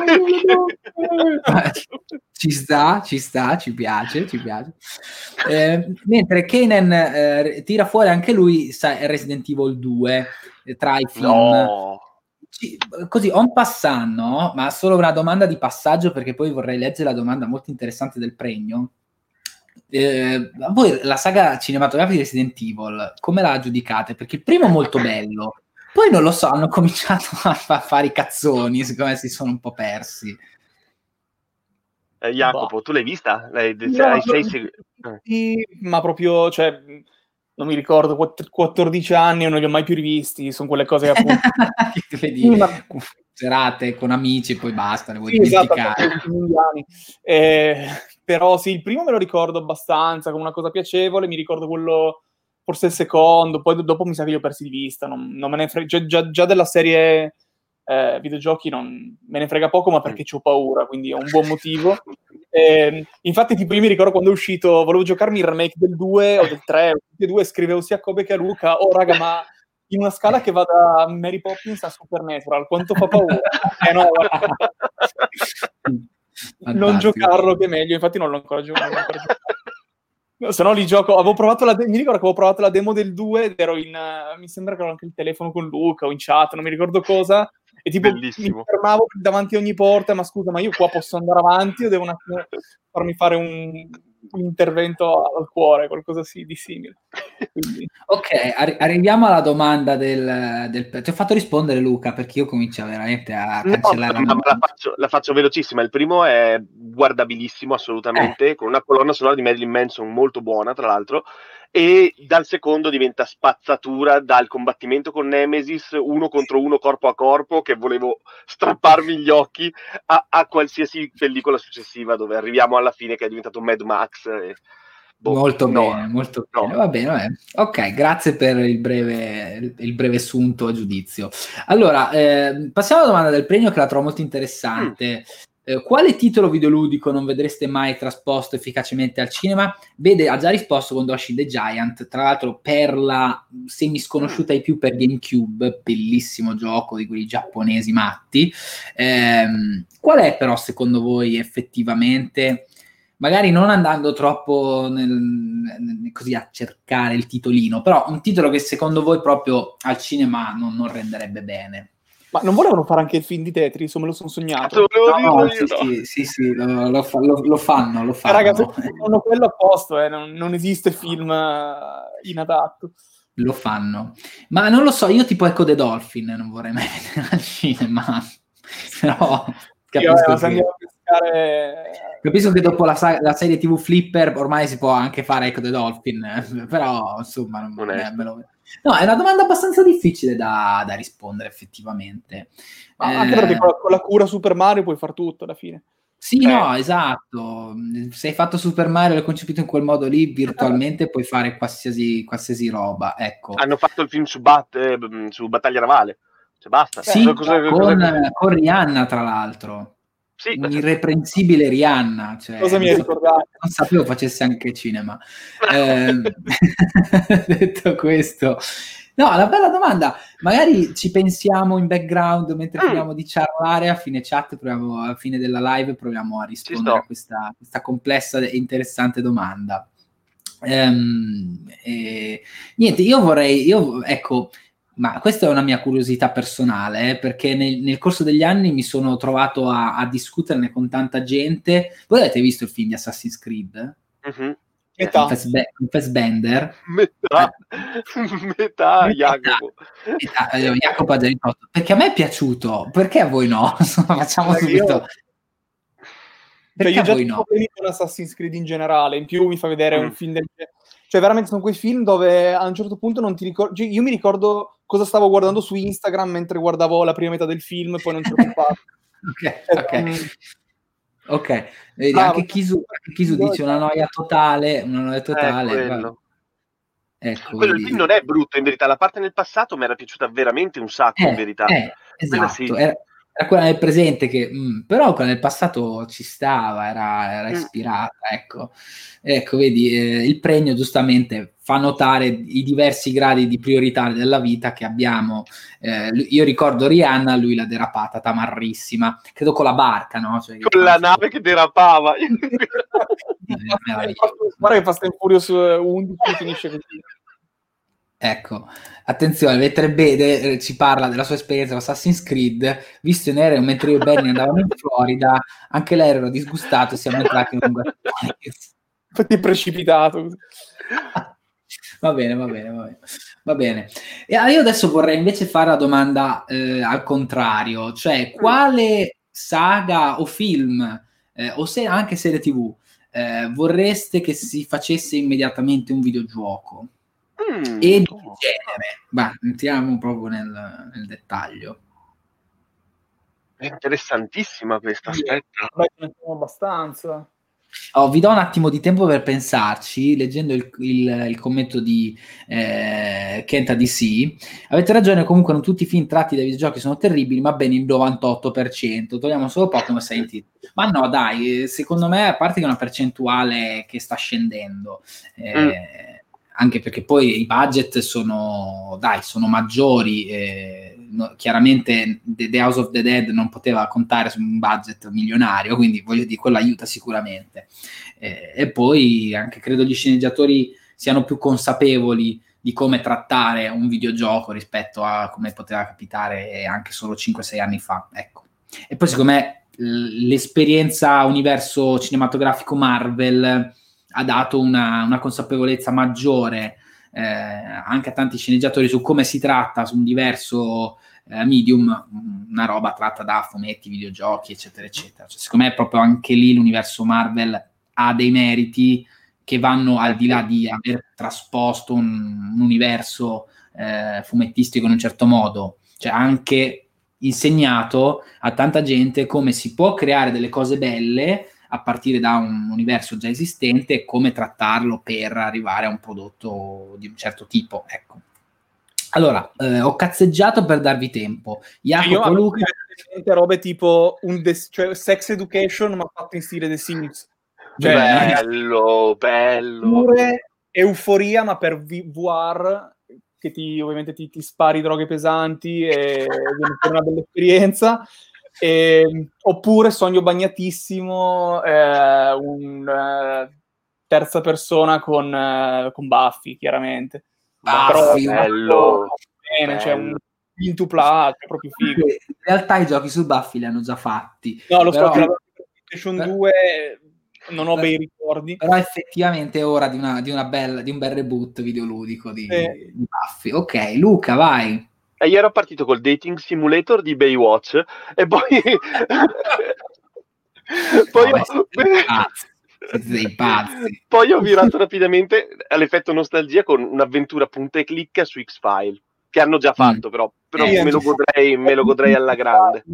Ci sta, ci piace. Mentre Kanan tira fuori anche lui Resident Evil 2 tra i film. No. Così, en passant, no? Ma solo una domanda di passaggio, perché poi vorrei leggere la domanda molto interessante del Pregno. Voi la saga cinematografica di Resident Evil come la giudicate? Perché il primo è molto bello, poi non lo so, hanno cominciato a fare i cazzoni, siccome si sono un po' persi. Jacopo, tu l'hai vista? Ma proprio, cioè, non mi ricordo, 14 anni, non li ho mai più rivisti, sono quelle cose che appunto... Vedi, serate con amici e poi basta, le vuoi dimenticare. Però sì, il primo me lo ricordo abbastanza come una cosa piacevole, mi ricordo quello, forse il secondo, poi dopo mi sa che li ho persi di vista, non me ne frega, già della serie videogiochi non me ne frega poco, ma perché c'ho paura, quindi è un buon motivo. Infatti tipo io mi ricordo quando è uscito, volevo giocarmi il remake del 2 o del 3, o tutti e due, scrivevo sia a Kobe che a Luca, raga, ma in una scala che va da Mary Poppins a Supernatural, quanto fa paura? No, non giocarlo che è meglio, infatti non l'ho ancora giocato. Se no li gioco, mi ricordo che avevo provato la demo del 2 ed ero mi sembra che ero anche il telefono con Luca o in chat, non mi ricordo cosa, e tipo bellissimo. Mi fermavo davanti a ogni porta, ma scusa, ma io qua posso andare avanti o devo un attimo farmi fare un intervento al cuore, qualcosa di simile. Quindi... Ok, arriviamo alla domanda del... Ti ho fatto rispondere, Luca, perché io comincio veramente a cancellare la faccio velocissima. Il primo è guardabilissimo assolutamente, con una colonna sonora di Marilyn Manson molto buona, tra l'altro, e dal secondo diventa spazzatura dal combattimento con Nemesis 1 contro 1 corpo a corpo, che volevo strapparmi gli occhi, a qualsiasi pellicola successiva, dove arriviamo alla fine che è diventato Mad Max. Molto bene. Va bene. Ok, grazie per il breve assunto a giudizio. Allora, passiamo alla domanda del premio, che la trovo molto interessante. Quale titolo videoludico non vedreste mai trasposto efficacemente al cinema? Bede ha già risposto con Doshi the Giant, tra l'altro perla semi sconosciuta ai più per GameCube, bellissimo gioco di quelli giapponesi matti. Qual è però secondo voi effettivamente, magari non andando troppo così a cercare il titolino, però un titolo che secondo voi proprio al cinema non renderebbe bene? Ma non volevano fare anche il film di Tetris, o me lo sono sognato? Sì, lo fanno. Ragazzi, fanno quello apposta, non esiste film inadatto. Lo fanno. Ma non lo so, io tipo Echo the Dolphin non vorrei mai vedere al cinema, però capisco che dopo la serie TV Flipper ormai si può anche fare Echo the Dolphin, però insomma non è bello. No, è una domanda abbastanza difficile da rispondere effettivamente. Anche perché con la cura Super Mario puoi far tutto alla fine. Sì, no, esatto. Se hai fatto Super Mario e l'hai concepito in quel modo lì, virtualmente puoi fare qualsiasi roba, ecco. Hanno fatto il film su Battaglia Navale. Cioè, basta. Sì, con Rihanna, tra l'altro. Sì. Un'irreprensibile Rihanna. Cioè, Cosa mi hai ricordato? Non sapevo facesse anche cinema. Detto questo... No, una bella domanda. Magari ci pensiamo in background mentre finiamo di charlare, a fine chat, a fine della live, proviamo a rispondere a questa complessa e interessante domanda. Niente, ecco, ma questa è una mia curiosità personale, perché nel corso degli anni mi sono trovato a discuterne con tanta gente. Voi avete visto il film di Assassin's Creed? Mm-hmm. Con Fassbender? Metà Jacopo. Jacopo ha già risposto. Perché a me è piaciuto, perché a voi no? Facciamo subito. Perché io già ho finito con Assassin's Creed in generale, in più mi fa vedere un film del... Cioè veramente sono quei film dove a un certo punto non ti ricordo... Io mi ricordo cosa stavo guardando su Instagram mentre guardavo la prima metà del film e poi non ce l'ho fatto. Ok, vedi, anche Kisu dice una noia totale, quello. Ecco, quello il film non è brutto, in verità, la parte nel passato mi era piaciuta veramente un sacco, in verità. Esatto, sì. era quella nel presente che, però quella nel passato ci stava, era ispirata, ecco, vedi, il Pregno giustamente fa notare i diversi gradi di priorità della vita che abbiamo. Io ricordo Rihanna, lui la derapata tamarrissima, credo con la barca, no? Cioè, con la nave che derapava. Guarda che Fast and Furious 11 finisce così. Ecco, attenzione, Vetterbede ci parla della sua esperienza con Assassin's Creed, visto in aereo mentre io e Benny andavamo in Florida, anche lei era disgustato e siamo entrati in un infatti è precipitato. Va bene. E io adesso vorrei invece fare la domanda al contrario, cioè quale saga o film o anche serie TV vorreste che si facesse immediatamente un videogioco? E di che genere? Entriamo proprio nel dettaglio. È interessantissima questa, aspetta. Ne sono abbastanza. Vi do un attimo di tempo per pensarci, leggendo il commento di Kenta DC. Avete ragione, comunque non tutti i film tratti dai videogiochi sono terribili, ma ben il 98%. Togliamo solo poco, come senti. Ma no, dai, secondo me, a parte che è una percentuale che sta scendendo, anche perché poi i budget sono maggiori, chiaramente The House of the Dead non poteva contare su un budget milionario, quindi voglio dire, quello aiuta sicuramente. E poi anche credo gli sceneggiatori siano più consapevoli di come trattare un videogioco rispetto a come poteva capitare anche solo 5-6 anni fa, ecco. E poi secondo me l'esperienza universo cinematografico Marvel ha dato una consapevolezza maggiore anche a tanti sceneggiatori su come si tratta su un diverso medium, una roba tratta da fumetti, videogiochi, eccetera, eccetera. Cioè, secondo me proprio anche lì l'universo Marvel ha dei meriti che vanno al di là di aver trasposto un universo fumettistico in un certo modo, cioè anche insegnato a tanta gente come si può creare delle cose belle a partire da un universo già esistente e come trattarlo per arrivare a un prodotto di un certo tipo, ecco. Allora, ho cazzeggiato per darvi tempo. Jacopo, Luca... robe tipo cioè Sex Education ma fatto in stile The Sims. Cioè, bello. Pure Euforia ma per VR, che ovviamente ti spari droghe pesanti e viene per una bella esperienza. Oppure Sogno bagnatissimo, terza persona con Buffy, chiaramente. Buffy, bello. Bene, c'è un quintuplato, è proprio figo. In realtà i giochi su Buffy li hanno già fatti. No, lo so che la PlayStation 2 non ho bei ricordi. Però effettivamente è ora di un bel reboot videoludico di Buffy. Ok, Luca, vai. Io ero partito col dating simulator di Baywatch e poi Dei pazzi. Poi ho virato rapidamente all'effetto nostalgia con un'avventura punta e clicca su X-File, che hanno già fatto, però me lo godrei alla grande.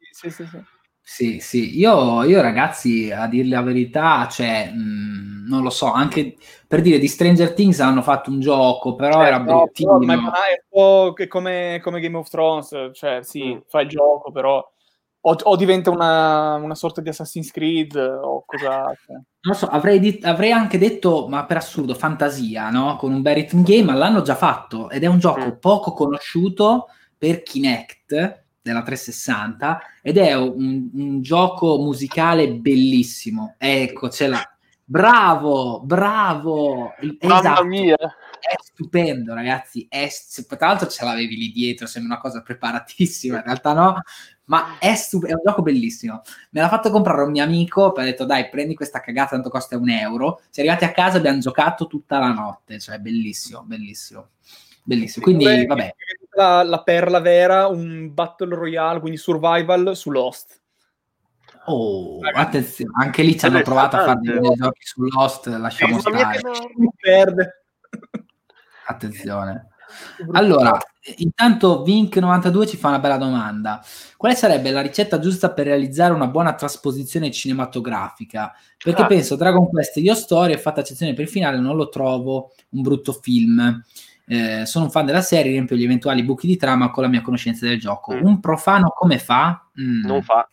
Sì. Io ragazzi, a dire la verità, cioè, non lo so, anche per dire di Stranger Things hanno fatto un gioco, però era bruttino. Ma è un po' come Game of Thrones, cioè sì, fa il gioco, però o diventa una sorta di Assassin's Creed o cosa... Cioè. Non lo so, avrei anche detto, ma per assurdo, fantasia, no? Con un bel rhythm game, ma l'hanno già fatto, ed è un gioco poco conosciuto per Kinect della 360, ed è un gioco musicale bellissimo. Ecco, ce l'ha. Bravo! Mamma Esatto. mia! È stupendo, ragazzi. Tra l'altro ce l'avevi lì dietro, sembra una cosa preparatissima, in realtà no, ma è un gioco bellissimo. Me l'ha fatto comprare un mio amico, poi ha detto dai, prendi questa cagata, tanto costa €1. Siamo arrivati a casa, abbiamo giocato tutta la notte, cioè bellissimo. Quindi vabbè. La perla vera, un Battle Royale, quindi survival su Lost. Oh, attenzione, anche lì ci hanno provato a fare dei videogiochi su Lost, lasciamo stare. Perde. Attenzione. Allora, intanto Vink92 ci fa una bella domanda. Quale sarebbe la ricetta giusta per realizzare una buona trasposizione cinematografica? Perché penso Dragon Quest Io Story, fatta eccezione per il finale, non lo trovo un brutto film. Sono un fan della serie, riempio gli eventuali buchi di trama con la mia conoscenza del gioco. Un profano come fa? Non fa.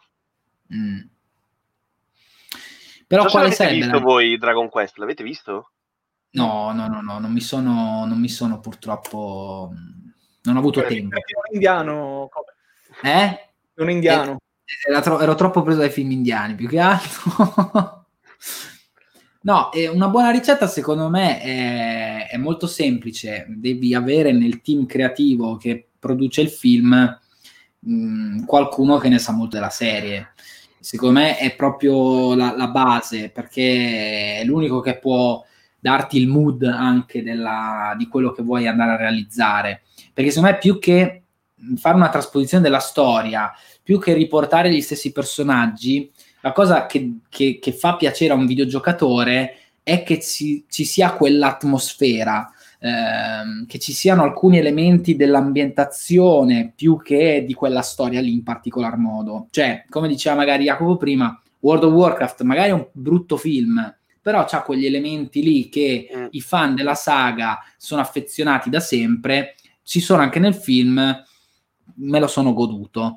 Però quale sarebbe visto voi Dragon Quest? L'avete visto? No, non mi sono purtroppo, non ho avuto tempo. È un indiano. È un indiano. Ero troppo preso dai film indiani, più che altro. No, una buona ricetta secondo me è molto semplice. Devi avere nel team creativo che produce il film qualcuno che ne sa molto della serie. Secondo me è proprio la base, perché è l'unico che può darti il mood anche di quello che vuoi andare a realizzare. Perché secondo me più che fare una trasposizione della storia, più che riportare gli stessi personaggi, la cosa che fa piacere a un videogiocatore è che ci sia quell'atmosfera, che ci siano alcuni elementi dell'ambientazione più che di quella storia lì in particolar modo. Cioè, come diceva magari Jacopo prima, World of Warcraft magari è un brutto film, però c'ha quegli elementi lì che i fan della saga sono affezionati da sempre, ci sono anche nel film, me lo sono goduto.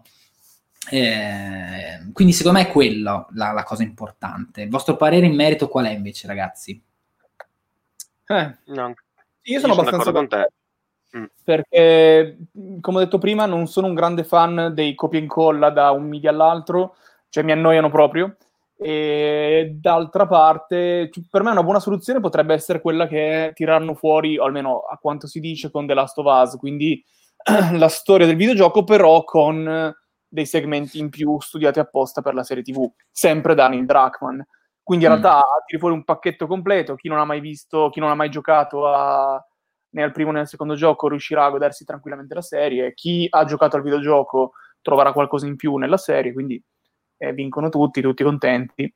Quindi secondo me è quello la cosa importante. Il vostro parere in merito qual è invece, ragazzi? No, io sono abbastanza d'accordo con te. Perché, come ho detto prima, non sono un grande fan dei copia e incolla da un media all'altro, cioè mi annoiano proprio. E d'altra parte, per me una buona soluzione potrebbe essere quella che è tirarlo fuori, o almeno a quanto si dice, con The Last of Us, quindi la storia del videogioco, però con dei segmenti in più studiati apposta per la serie TV, sempre da Neil Druckmann. Quindi in realtà tiri fuori un pacchetto completo, chi non ha mai visto, chi non ha mai giocato né al primo né al secondo gioco riuscirà a godersi tranquillamente la serie, chi ha giocato al videogioco troverà qualcosa in più nella serie, quindi vincono tutti contenti.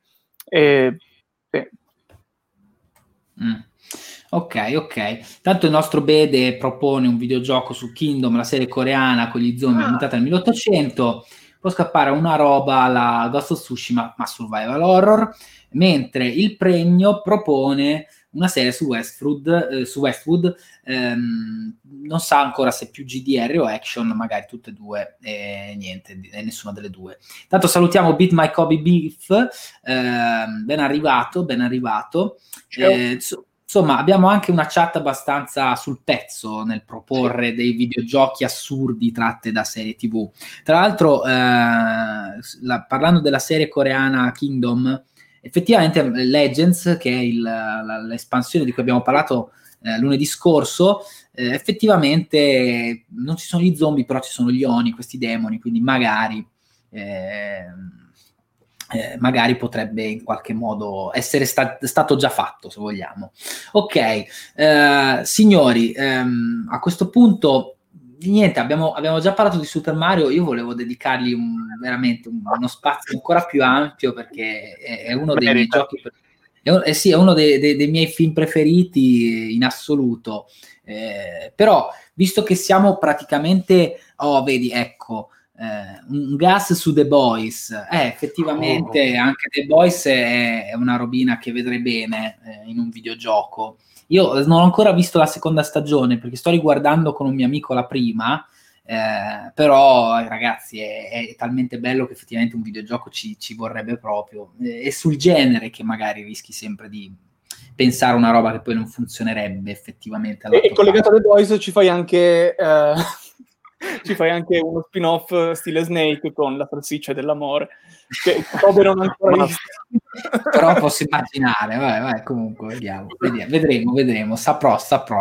Ok. Tanto il nostro Bede propone un videogioco su Kingdom, la serie coreana con gli zombie ambientata nel 1800. Può scappare una roba alla Ghost of Tsushima, ma survival horror, mentre il Pregno propone una serie su Westwood, non sa ancora se più GDR o action, magari tutte e due, niente, nessuna delle due. Tanto salutiamo Beat My Kobe Beef, ben arrivato. Insomma, abbiamo anche una chat abbastanza sul pezzo nel proporre dei videogiochi assurdi tratte da serie TV. Tra l'altro, parlando della serie coreana Kingdom, effettivamente Legends, che è l'espansione di cui abbiamo parlato lunedì scorso, effettivamente non ci sono gli zombie, però ci sono gli oni, questi demoni, quindi magari potrebbe in qualche modo essere stato già fatto, se vogliamo. Ok, signori, a questo punto niente, abbiamo già parlato di Super Mario. Io volevo dedicargli veramente uno spazio ancora più ampio, perché è uno dei miei giochi Sì, è uno dei miei film preferiti in assoluto. Però, visto che siamo praticamente... Oh, vedi, ecco, un gas su The Boys. Effettivamente anche The Boys è una robina che vedrei bene in un videogioco. Io non ho ancora visto la seconda stagione, perché sto riguardando con un mio amico la prima, però ragazzi è talmente bello che effettivamente un videogioco ci vorrebbe proprio, e sul genere che magari rischi sempre di pensare a una roba che poi non funzionerebbe effettivamente e collegato a The Boys ci fai anche uno spin-off stile Snake con la salsiccia dell'amore che Kobe non ha ancora visto. Però posso immaginare, vai, comunque vedremo, saprò.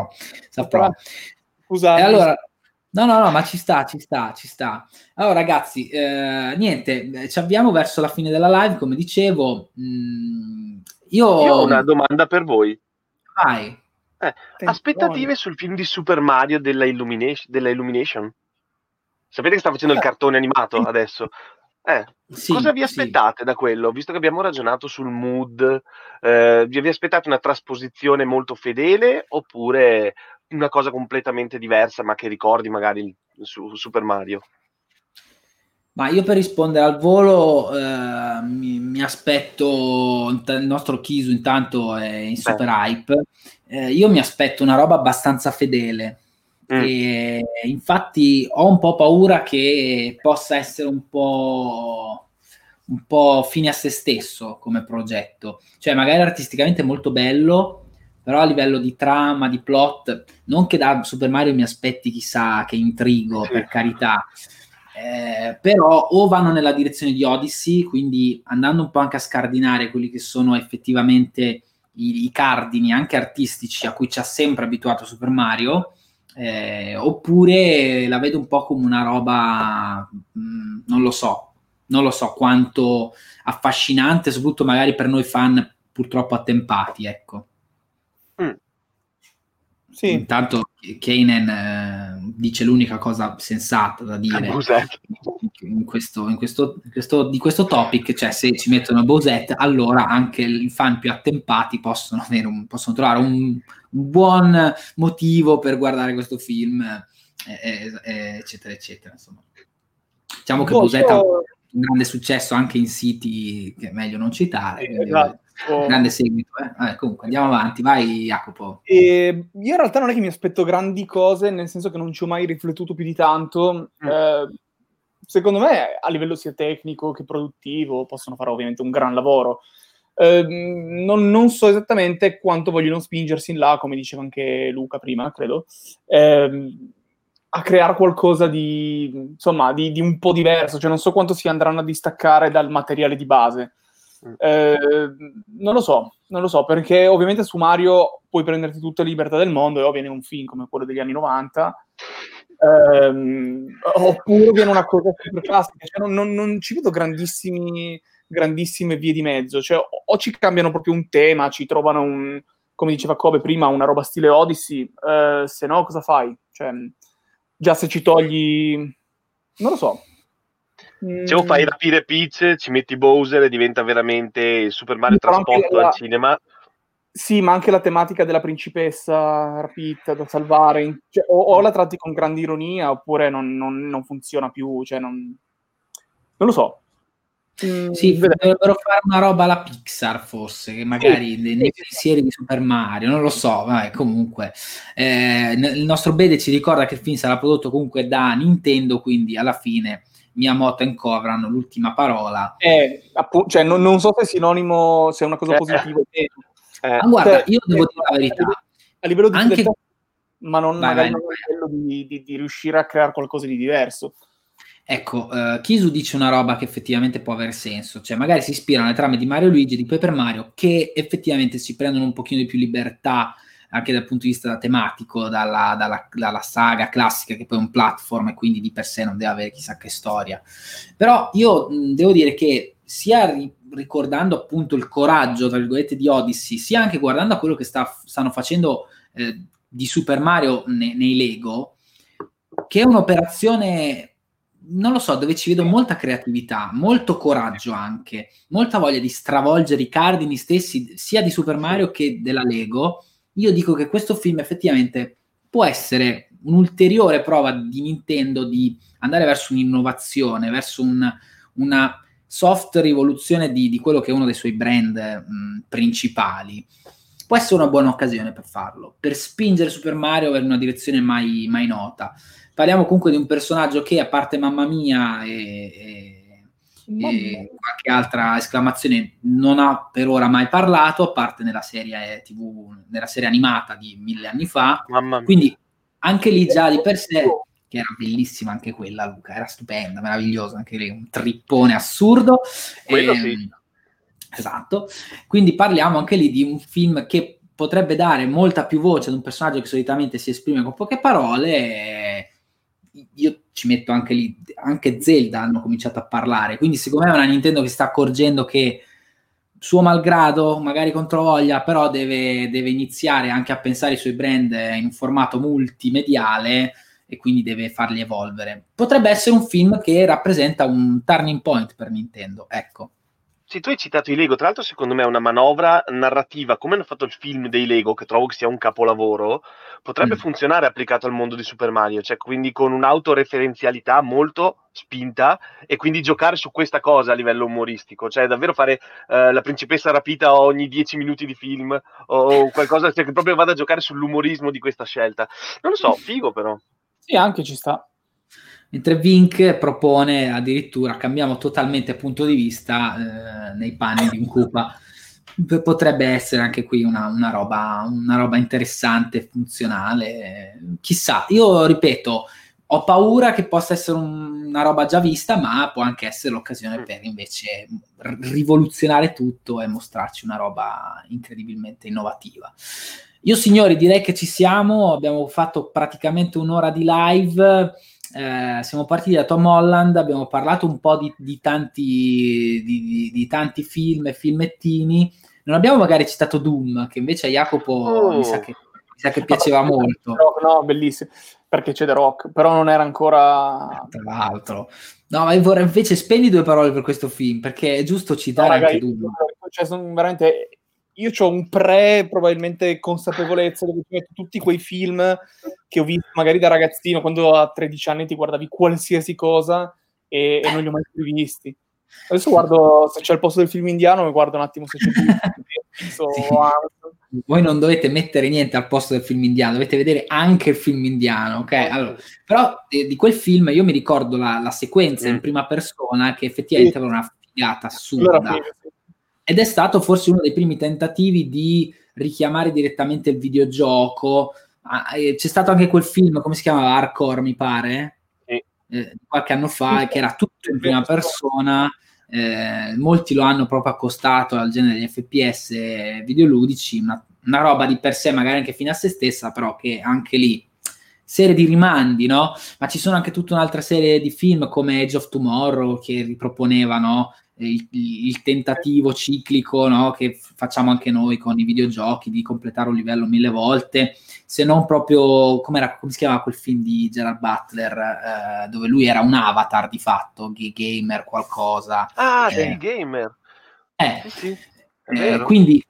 Scusate. E allora no, ma ci sta. Allora, ragazzi, niente, ci avviamo verso la fine della live, come dicevo. Io ho una domanda per voi. Vai. Aspettative sul film di Super Mario della Illumination? Sapete che sta facendo il cartone animato adesso? Sì, cosa vi aspettate da quello? Visto che abbiamo ragionato sul mood, vi aspettate una trasposizione molto fedele oppure una cosa completamente diversa ma che ricordi magari su Super Mario? Ma io per rispondere al volo mi aspetto, il nostro Kisu intanto è in super hype, io mi aspetto una roba abbastanza fedele. E infatti ho un po' paura che possa essere un po' fine a se stesso come progetto, cioè magari artisticamente molto bello, però a livello di trama, di plot, non che da Super Mario mi aspetti chissà che intrigo, per carità, però o vanno nella direzione di Odyssey, quindi andando un po' anche a scardinare quelli che sono effettivamente i cardini anche artistici a cui ci ha sempre abituato Super Mario, oppure la vedo un po' come una roba, non lo so quanto affascinante, soprattutto magari per noi fan purtroppo attempati, ecco. Sì. Intanto Kanan dice l'unica cosa sensata da dire di questo topic, cioè se ci mettono Bowsette, allora anche i fan più attempati possono trovare un buon motivo per guardare questo film, eccetera eccetera, insomma. Diciamo che Bowsette ha un grande successo anche in siti che è meglio non citare, grande seguito. Comunque andiamo avanti, vai Jacopo. Io in realtà non è che mi aspetto grandi cose, nel senso che non ci ho mai riflettuto più di tanto. Secondo me a livello sia tecnico che produttivo possono fare ovviamente un gran lavoro. Non so esattamente quanto vogliono spingersi in là, come diceva anche Luca prima, credo, a creare qualcosa di un po' diverso, cioè non so quanto si andranno a distaccare dal materiale di base. Non lo so, perché ovviamente su Mario puoi prenderti tutte le libertà del mondo e viene un film come quello degli anni 90, oppure viene una cosa super classica, cioè non ci vedo grandissime vie di mezzo, cioè o ci cambiano proprio un tema, ci trovano come diceva Kobe prima, una roba stile Odyssey, se no cosa fai? Cioè, già se ci togli, non lo so. Se o fai rapire Peach, ci metti Bowser e diventa veramente Super Mario trasporto al cinema. Sì, ma anche la tematica della principessa rapita da salvare, cioè, o la tratti con grande ironia oppure non funziona più, cioè non lo so. Sì, dovrebbero fare una roba alla Pixar forse, che magari nei pensieri di Super Mario, non lo so, vabbè, comunque il nostro Bede ci ricorda che il film sarà prodotto comunque da Nintendo, quindi alla fine Miyamoto e Enco avranno l'ultima parola. Cioè, non so se è sinonimo, se è una cosa positiva. Ma guarda, io devo dire la verità. A livello di anche... ma non magari non a livello di riuscire a creare qualcosa di diverso. Ecco, Kisu dice una roba che effettivamente può avere senso, cioè magari si ispirano alle trame di Mario e Luigi, di Paper Mario, che effettivamente si prendono un pochino di più libertà anche dal punto di vista tematico dalla saga classica, che poi è un platform e quindi di per sé non deve avere chissà che storia. Però io devo dire che sia ricordando appunto il coraggio, tra virgolette, di Odyssey, sia anche guardando a quello che stanno facendo di Super Mario nei Lego, che è un'operazione non lo so, dove ci vedo molta creatività, molto coraggio anche, molta voglia di stravolgere i cardini stessi, sia di Super Mario che della Lego. Io dico che questo film effettivamente può essere un'ulteriore prova di Nintendo di andare verso un'innovazione, verso una soft rivoluzione di quello che è uno dei suoi brand principali. Può essere una buona occasione per farlo, per spingere Super Mario in una direzione mai nota. Parliamo comunque di un personaggio che, a parte Mamma Mia e qualche altra esclamazione, non ha per ora mai parlato, a parte nella serie TV, nella serie animata di 1000 anni fa. Quindi anche lì già di per sé, che era bellissima anche quella, Luca, era stupenda, meravigliosa, anche lì un trippone assurdo. Quello sì. Esatto. Quindi parliamo anche lì di un film che potrebbe dare molta più voce ad un personaggio che solitamente si esprime con poche parole. Io ci metto anche lì, anche Zelda hanno cominciato a parlare, quindi secondo me è una Nintendo che sta accorgendo che, suo malgrado, magari controvoglia, però deve iniziare anche a pensare ai suoi brand in un formato multimediale e quindi deve farli evolvere. Potrebbe essere un film che rappresenta un turning point per Nintendo, ecco. Sì, tu hai citato i Lego, tra l'altro secondo me è una manovra narrativa, come hanno fatto il film dei Lego, che trovo che sia un capolavoro, potrebbe funzionare applicato al mondo di Super Mario, cioè quindi con un'autoreferenzialità molto spinta e quindi giocare su questa cosa a livello umoristico, cioè davvero fare la principessa rapita ogni 10 minuti di film o qualcosa, cioè, che proprio vada a giocare sull'umorismo di questa scelta. Non lo so, figo però. Sì, anche ci sta. Mentre Vink propone addirittura cambiamo totalmente punto di vista nei panni di un Koopa. Potrebbe essere anche qui una roba interessante, funzionale. Chissà, io ripeto, ho paura che possa essere una roba già vista, ma può anche essere l'occasione per invece rivoluzionare tutto e mostrarci una roba incredibilmente innovativa. Io, signori, direi che ci siamo, abbiamo fatto praticamente un'ora di live. Siamo partiti da Tom Holland, abbiamo parlato un po' di tanti film e filmettini. Non abbiamo magari citato Doom, che invece a Jacopo mi sa che piaceva molto. No, bellissimo, perché c'è The Rock, però non era ancora... Tra l'altro. No, ma io vorrei invece spendi 2 parole per questo film, perché è giusto citare anche Doom. Cioè, sono veramente... Io ho un probabilmente consapevolezza dove ci metto tutti quei film che ho visto magari da ragazzino, quando a 13 anni ti guardavi qualsiasi cosa e non li ho mai più visti. Adesso guardo se c'è il posto del film indiano e guardo un attimo se c'è sì. Voi non dovete mettere niente al posto del film indiano, dovete vedere anche il film indiano, ok? Allora, però di quel film io mi ricordo la sequenza in prima persona che effettivamente aveva una figata assurda. Ed è stato forse uno dei primi tentativi di richiamare direttamente il videogioco. C'è stato anche quel film, come si chiamava? Hardcore, mi pare, qualche anno fa, che era tutto in prima persona. Molti lo hanno proprio accostato al genere degli FPS videoludici, una roba di per sé magari anche fine a se stessa, però che anche lì serie di rimandi, no? Ma ci sono anche tutta un'altra serie di film come Edge of Tomorrow che riproponevano il tentativo ciclico, no? Che facciamo anche noi con i videogiochi di completare un livello 1000 volte, se non proprio come si chiamava quel film di Gerard Butler dove lui era un avatar di fatto, gamer qualcosa. Del gamer. Sì, è vero. Quindi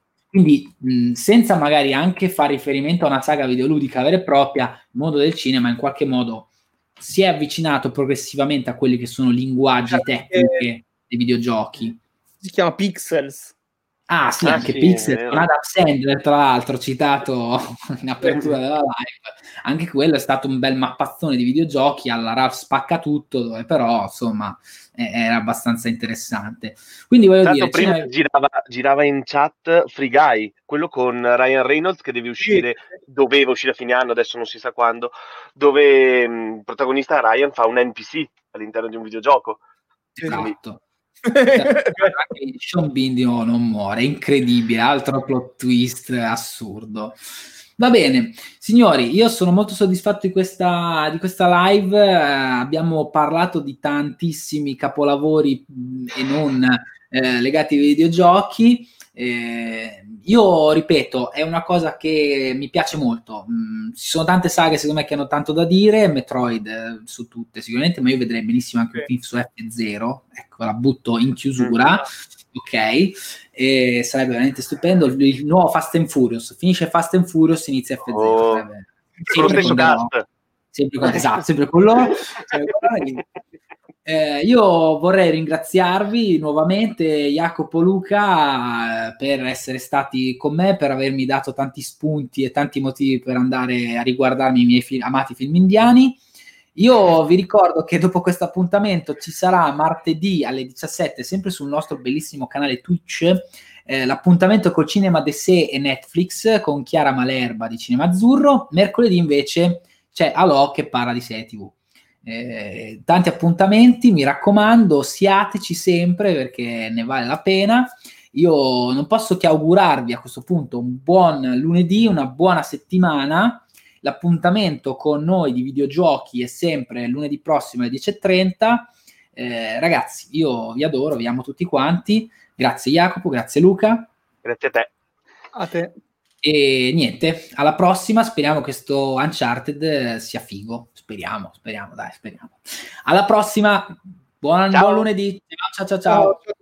senza magari anche fare riferimento a una saga videoludica vera e propria, il mondo del cinema in qualche modo si è avvicinato progressivamente a quelli che sono linguaggi tecnici dei videogiochi. Si chiama Pixels. Sì, anche Pixels, con Adam Sandler tra l'altro citato in apertura della live. Anche quello è stato un bel mappazzone di videogiochi alla Ralph Spaccatutto, dove però insomma era abbastanza interessante. Quindi voglio dire, prima girava in chat Free Guy, quello con Ryan Reynolds che doveva uscire a fine anno, adesso non si sa quando, dove il protagonista Ryan fa un NPC all'interno di un videogioco. Esatto. Sean Bean non muore, incredibile, altro plot twist assurdo. Va bene, signori, io sono molto soddisfatto di questa live. Abbiamo parlato di tantissimi capolavori e non legati ai videogiochi. Io ripeto, è una cosa che mi piace molto. Ci sono tante saghe secondo me che hanno tanto da dire, Metroid su tutte sicuramente, ma io vedrei benissimo anche un film su F0, ecco, la butto in chiusura, ok, sarebbe veramente stupendo. Il nuovo Fast and Furious, finisce Fast and Furious, inizia F0, sarebbe con lo stesso cast, sempre con loro. Io vorrei ringraziarvi nuovamente, Jacopo, Luca, per essere stati con me, per avermi dato tanti spunti e tanti motivi per andare a riguardarmi i miei amati film indiani. Io vi ricordo che dopo questo appuntamento ci sarà martedì alle 17, sempre sul nostro bellissimo canale Twitch, l'appuntamento col Cinema de Sé e Netflix con Chiara Malerba di Cinema Azzurro. Mercoledì invece c'è Alò che parla di serie TV. Tanti appuntamenti, mi raccomando, siateci sempre perché ne vale la pena. Io non posso che augurarvi a questo punto un buon lunedì, una buona settimana. L'appuntamento con noi di videogiochi è sempre lunedì prossimo alle 10:30. Ragazzi, io vi adoro, vi amo tutti quanti. Grazie Jacopo, grazie Luca. Grazie a te. A te. E niente, alla prossima, speriamo che sto Uncharted sia figo, speriamo. Alla prossima, buon lunedì, ciao.